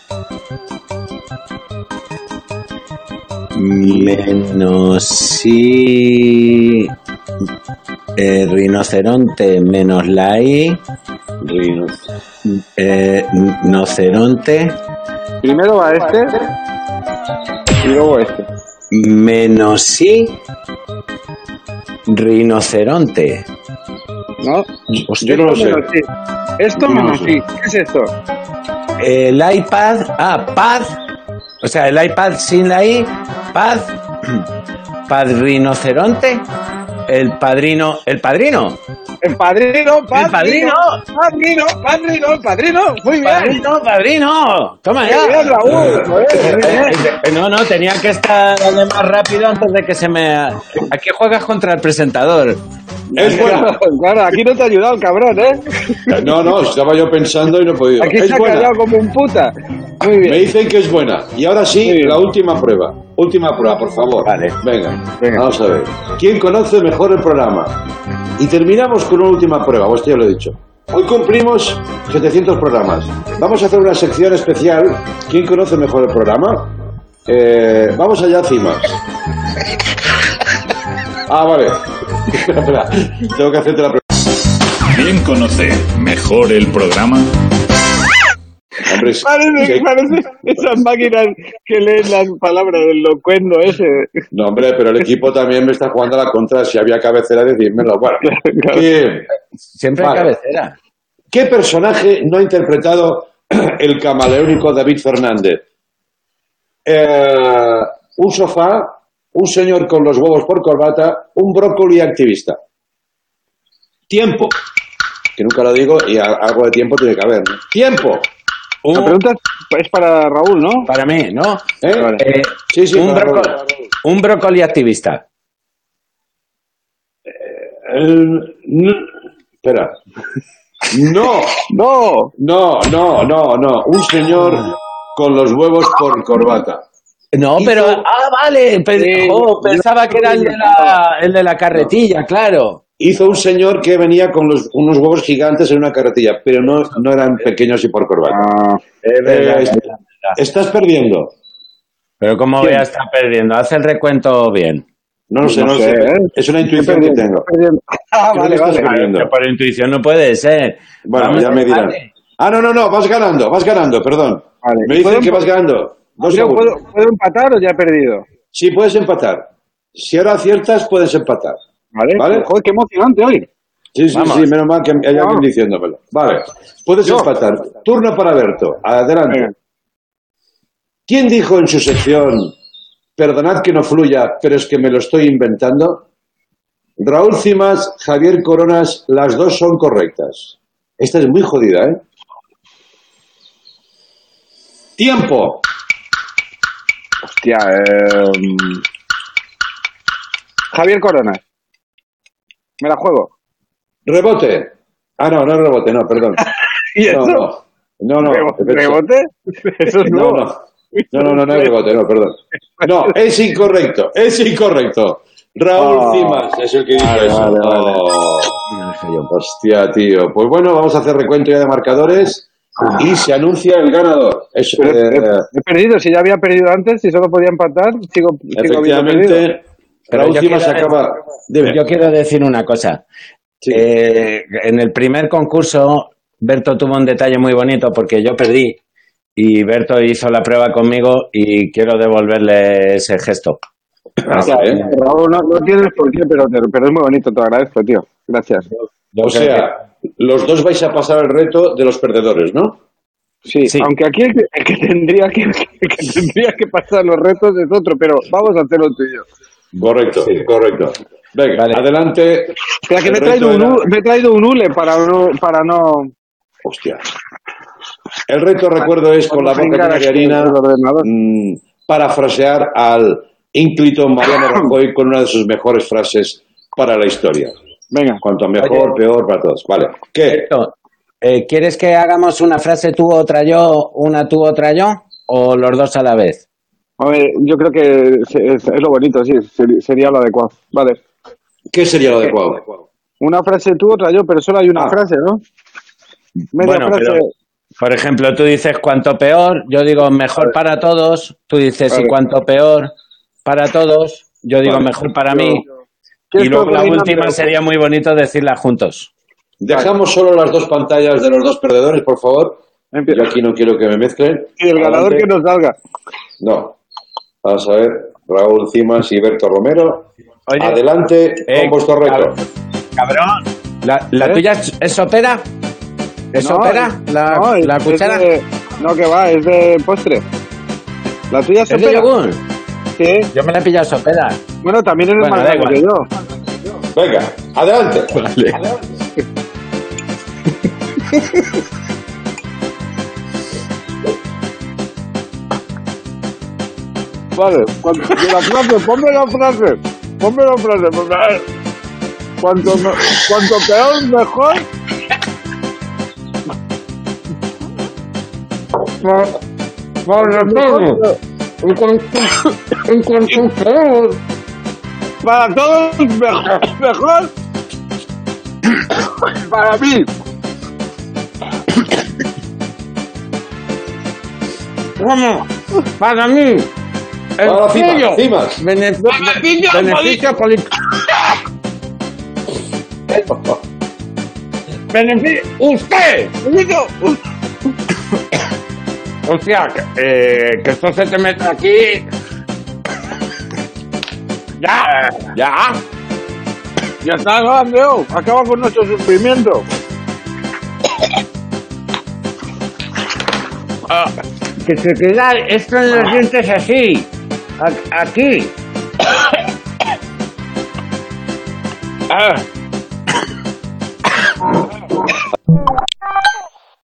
Menos si... eh, rinoceronte menos la I. Rino. Eh, noceronte Primero va este y luego este. menos si... rinoceronte. ¿No? Hostia, Esto no lo sé. menos sí. Esto No lo menos sé. sí. ¿Qué es esto? El iPad, ah, pad, o sea, el iPad sin la I, pad, padrinoceronte, el padrino, el padrino. El padrino, padrino, El padrino. padrino, padrino, el padrino. Muy bien. Padrino, padrino. Toma Muy ya. bien, Raúl. Joder, muy bien. Eh, No, no, tenía que estar además rápido antes de que se me... Aquí juegas contra el presentador. Es bueno. Claro, claro, aquí no te ha ayudado el cabrón, ¿eh? No, no, estaba yo pensando y no he podido. Aquí Es se ha buena. callado como un puta. Muy bien. Me dicen que es buena. Y ahora sí, Muy bien. la última prueba. Última prueba, por favor. Vale. Venga, Venga. vamos a ver. ¿Quién conoce mejor el programa? Y terminamos con una última prueba, o esto ya lo he dicho. Hoy cumplimos setecientos programas. Vamos a hacer una sección especial. ¿Quién conoce mejor el programa? Eh, vamos allá, Cimas. Ah, vale. Espera, espera. Tengo que hacerte la pregunta. ¿Quién conoce mejor el programa? Hombre, es- Parece, que- parece esas máquinas que leen las palabras del locuendo ese. No, hombre, pero el equipo también me está jugando a la contra. Si había cabecera, decídmelo. Bueno, Claro. bien. Siempre hay Vale. cabecera. ¿Qué personaje no ha interpretado el camaleónico David Fernández? Eh, un sofá, un señor con los huevos por corbata, un brócoli activista. Tiempo. Que nunca lo digo y a- algo de tiempo tiene que haber, ¿no? Tiempo. Un- La pregunta es para Raúl, ¿no? Para mí, ¿no? ¿Eh? Vale. Eh, Sí, sí, un, para broco- Raúl. un brócoli activista. El- n- espera. No, No. no, no, no, no. Un señor con los huevos por corbata. No, Hizo- pero... Ah, vale. pe- Sí, oh, pensaba que era el de la, el de la carretilla, claro. Hizo un señor que venía con los, unos huevos gigantes en una carretilla, pero no, no eran pequeños y por corbata. Ah, Es verdad, Eh, es verdad. Estás perdiendo. Pero ¿cómo voy a estar perdiendo? Haz el recuento bien. No lo sé, no, No lo sé, sé. ¿eh? Es una intuición que tengo. Ah, Creo vale, que estás vale. perdiendo. Pero por intuición no puede ser. Bueno, Vamos ya a me dirán. darle. Ah, no, no, no, vas ganando, vas ganando, perdón. Vale. Me dicen ¿Puedo que empa- vas ganando. Dos Yo, segundos. ¿puedo, ¿Puedo empatar o ya he perdido? Sí, puedes empatar. Si ahora aciertas, puedes empatar. Vale. ¿Vale? Joder, qué emocionante hoy. Sí, sí, Vamos. sí, menos mal que hay alguien Vamos. diciéndomelo. Vale, puedes Yo. empatar. Turno para Berto. Adelante. Venga. ¿Quién dijo en su sección, perdonad que no fluya, pero es que me lo estoy inventando? Raúl Cimas, Javier Coronas, las dos son correctas. Esta es muy jodida, ¿eh? Tiempo. Hostia, eh... Javier Corona. Me la juego. Rebote. Ah, no, no es rebote, no, perdón. ¿Y eso? No, no, no. no, Rebo- espera. ¿Rebote? Eso es No, nuevo. no. No, no, no, no es rebote, no, perdón. No, es incorrecto, es incorrecto. Raúl Oh. Cimas es el que dijo Vale, eso. vale, vale. Oh. Hostia, tío. Pues bueno, vamos a hacer recuento ya de marcadores y se anuncia el ganador. Es, Pero he, eh, he perdido. Si ya había perdido antes, si solo podía empatar, sigo, sigo habiendo perdido. efectivamente, Pero Raúl yo Cimas quiero acaba. Dime. Yo quiero decir una cosa. Sí. Eh, en el primer concurso, Berto tuvo un detalle muy bonito porque yo perdí y Berto hizo la prueba conmigo y quiero devolverle ese gesto. Ah, vale. Raúl, no, no tienes por qué, pero, pero es muy bonito, te agradezco, tío. Gracias. O sea, los dos vais a pasar el reto de los perdedores, ¿no? Sí, Sí. aunque aquí el que, el que tendría que, el que tendría que pasar los retos es otro, pero vamos a hacerlo tuyo. Correcto, correcto. Venga, Vale. adelante. Espera, que me he El traído reto un, era- u- me he traído un hule para no, para no... Hostia. El reto, recuerdo, es con la boca llena de harina mmm, parafrasear al ínclito Mariano Rajoy con una de sus mejores frases para la historia. Venga. Cuanto mejor, Oye. peor para todos. Vale. ¿Qué? Eh, ¿Quieres que hagamos una frase tú, otra yo, una tú, otra yo? ¿O los dos a la vez? A ver, yo creo que es, es- es lo bonito, sí, seri- sería lo adecuado. Vale. ¿Qué sería lo adecuado? Una frase tú, otra yo, pero solo hay una Ah. frase, ¿no? Media Bueno, frase. pero, por ejemplo, tú dices cuanto peor, yo digo mejor para todos, tú dices y Vale. cuanto peor para todos, yo digo Vale. mejor para Yo- mí, ¿Quieres y luego la proponer última una- sería muy bonito decirla juntos. Dejamos solo las dos pantallas de los dos perdedores, por favor. Empieza. Yo aquí no quiero que me mezclen. Y el ganador Adelante. que nos salga. No. Vamos a ver. Raúl Cimas y Berto Romero. Oye, Adelante eh, con vuestro reto. cab- Cabrón. ¿La, la ¿Eh? tuya es, es sopera? ¿Es No, sopera? es- ¿La, no, es- la es cuchara? de- no, que va, es de postre. ¿La tuya es ¿Es de sopera? yogur? Sí. Yo me la he pillado sopera. Bueno, también eres Bueno, más da grande que igual. yo. Venga, adelante. Vale, cuando, la frase, ponme la frase. Ponme la frase, porque a ver, cuanto, me- cuanto peor, mejor. Para todos. Para todos, mejor. mejor para mí. ¿Cómo? Para mí. El Ahora, Cimas, tuyo. Cimas. Benef- Beneficio beneficio político. Beneficio. ¡Usted! Hostia, que, eh, que esto se te mete aquí. Ya, ya. Ya está, no, Andreu. Acaba con nuestro sufrimiento. Ah, que se queda esto en los dientes así. A- aquí. Ah,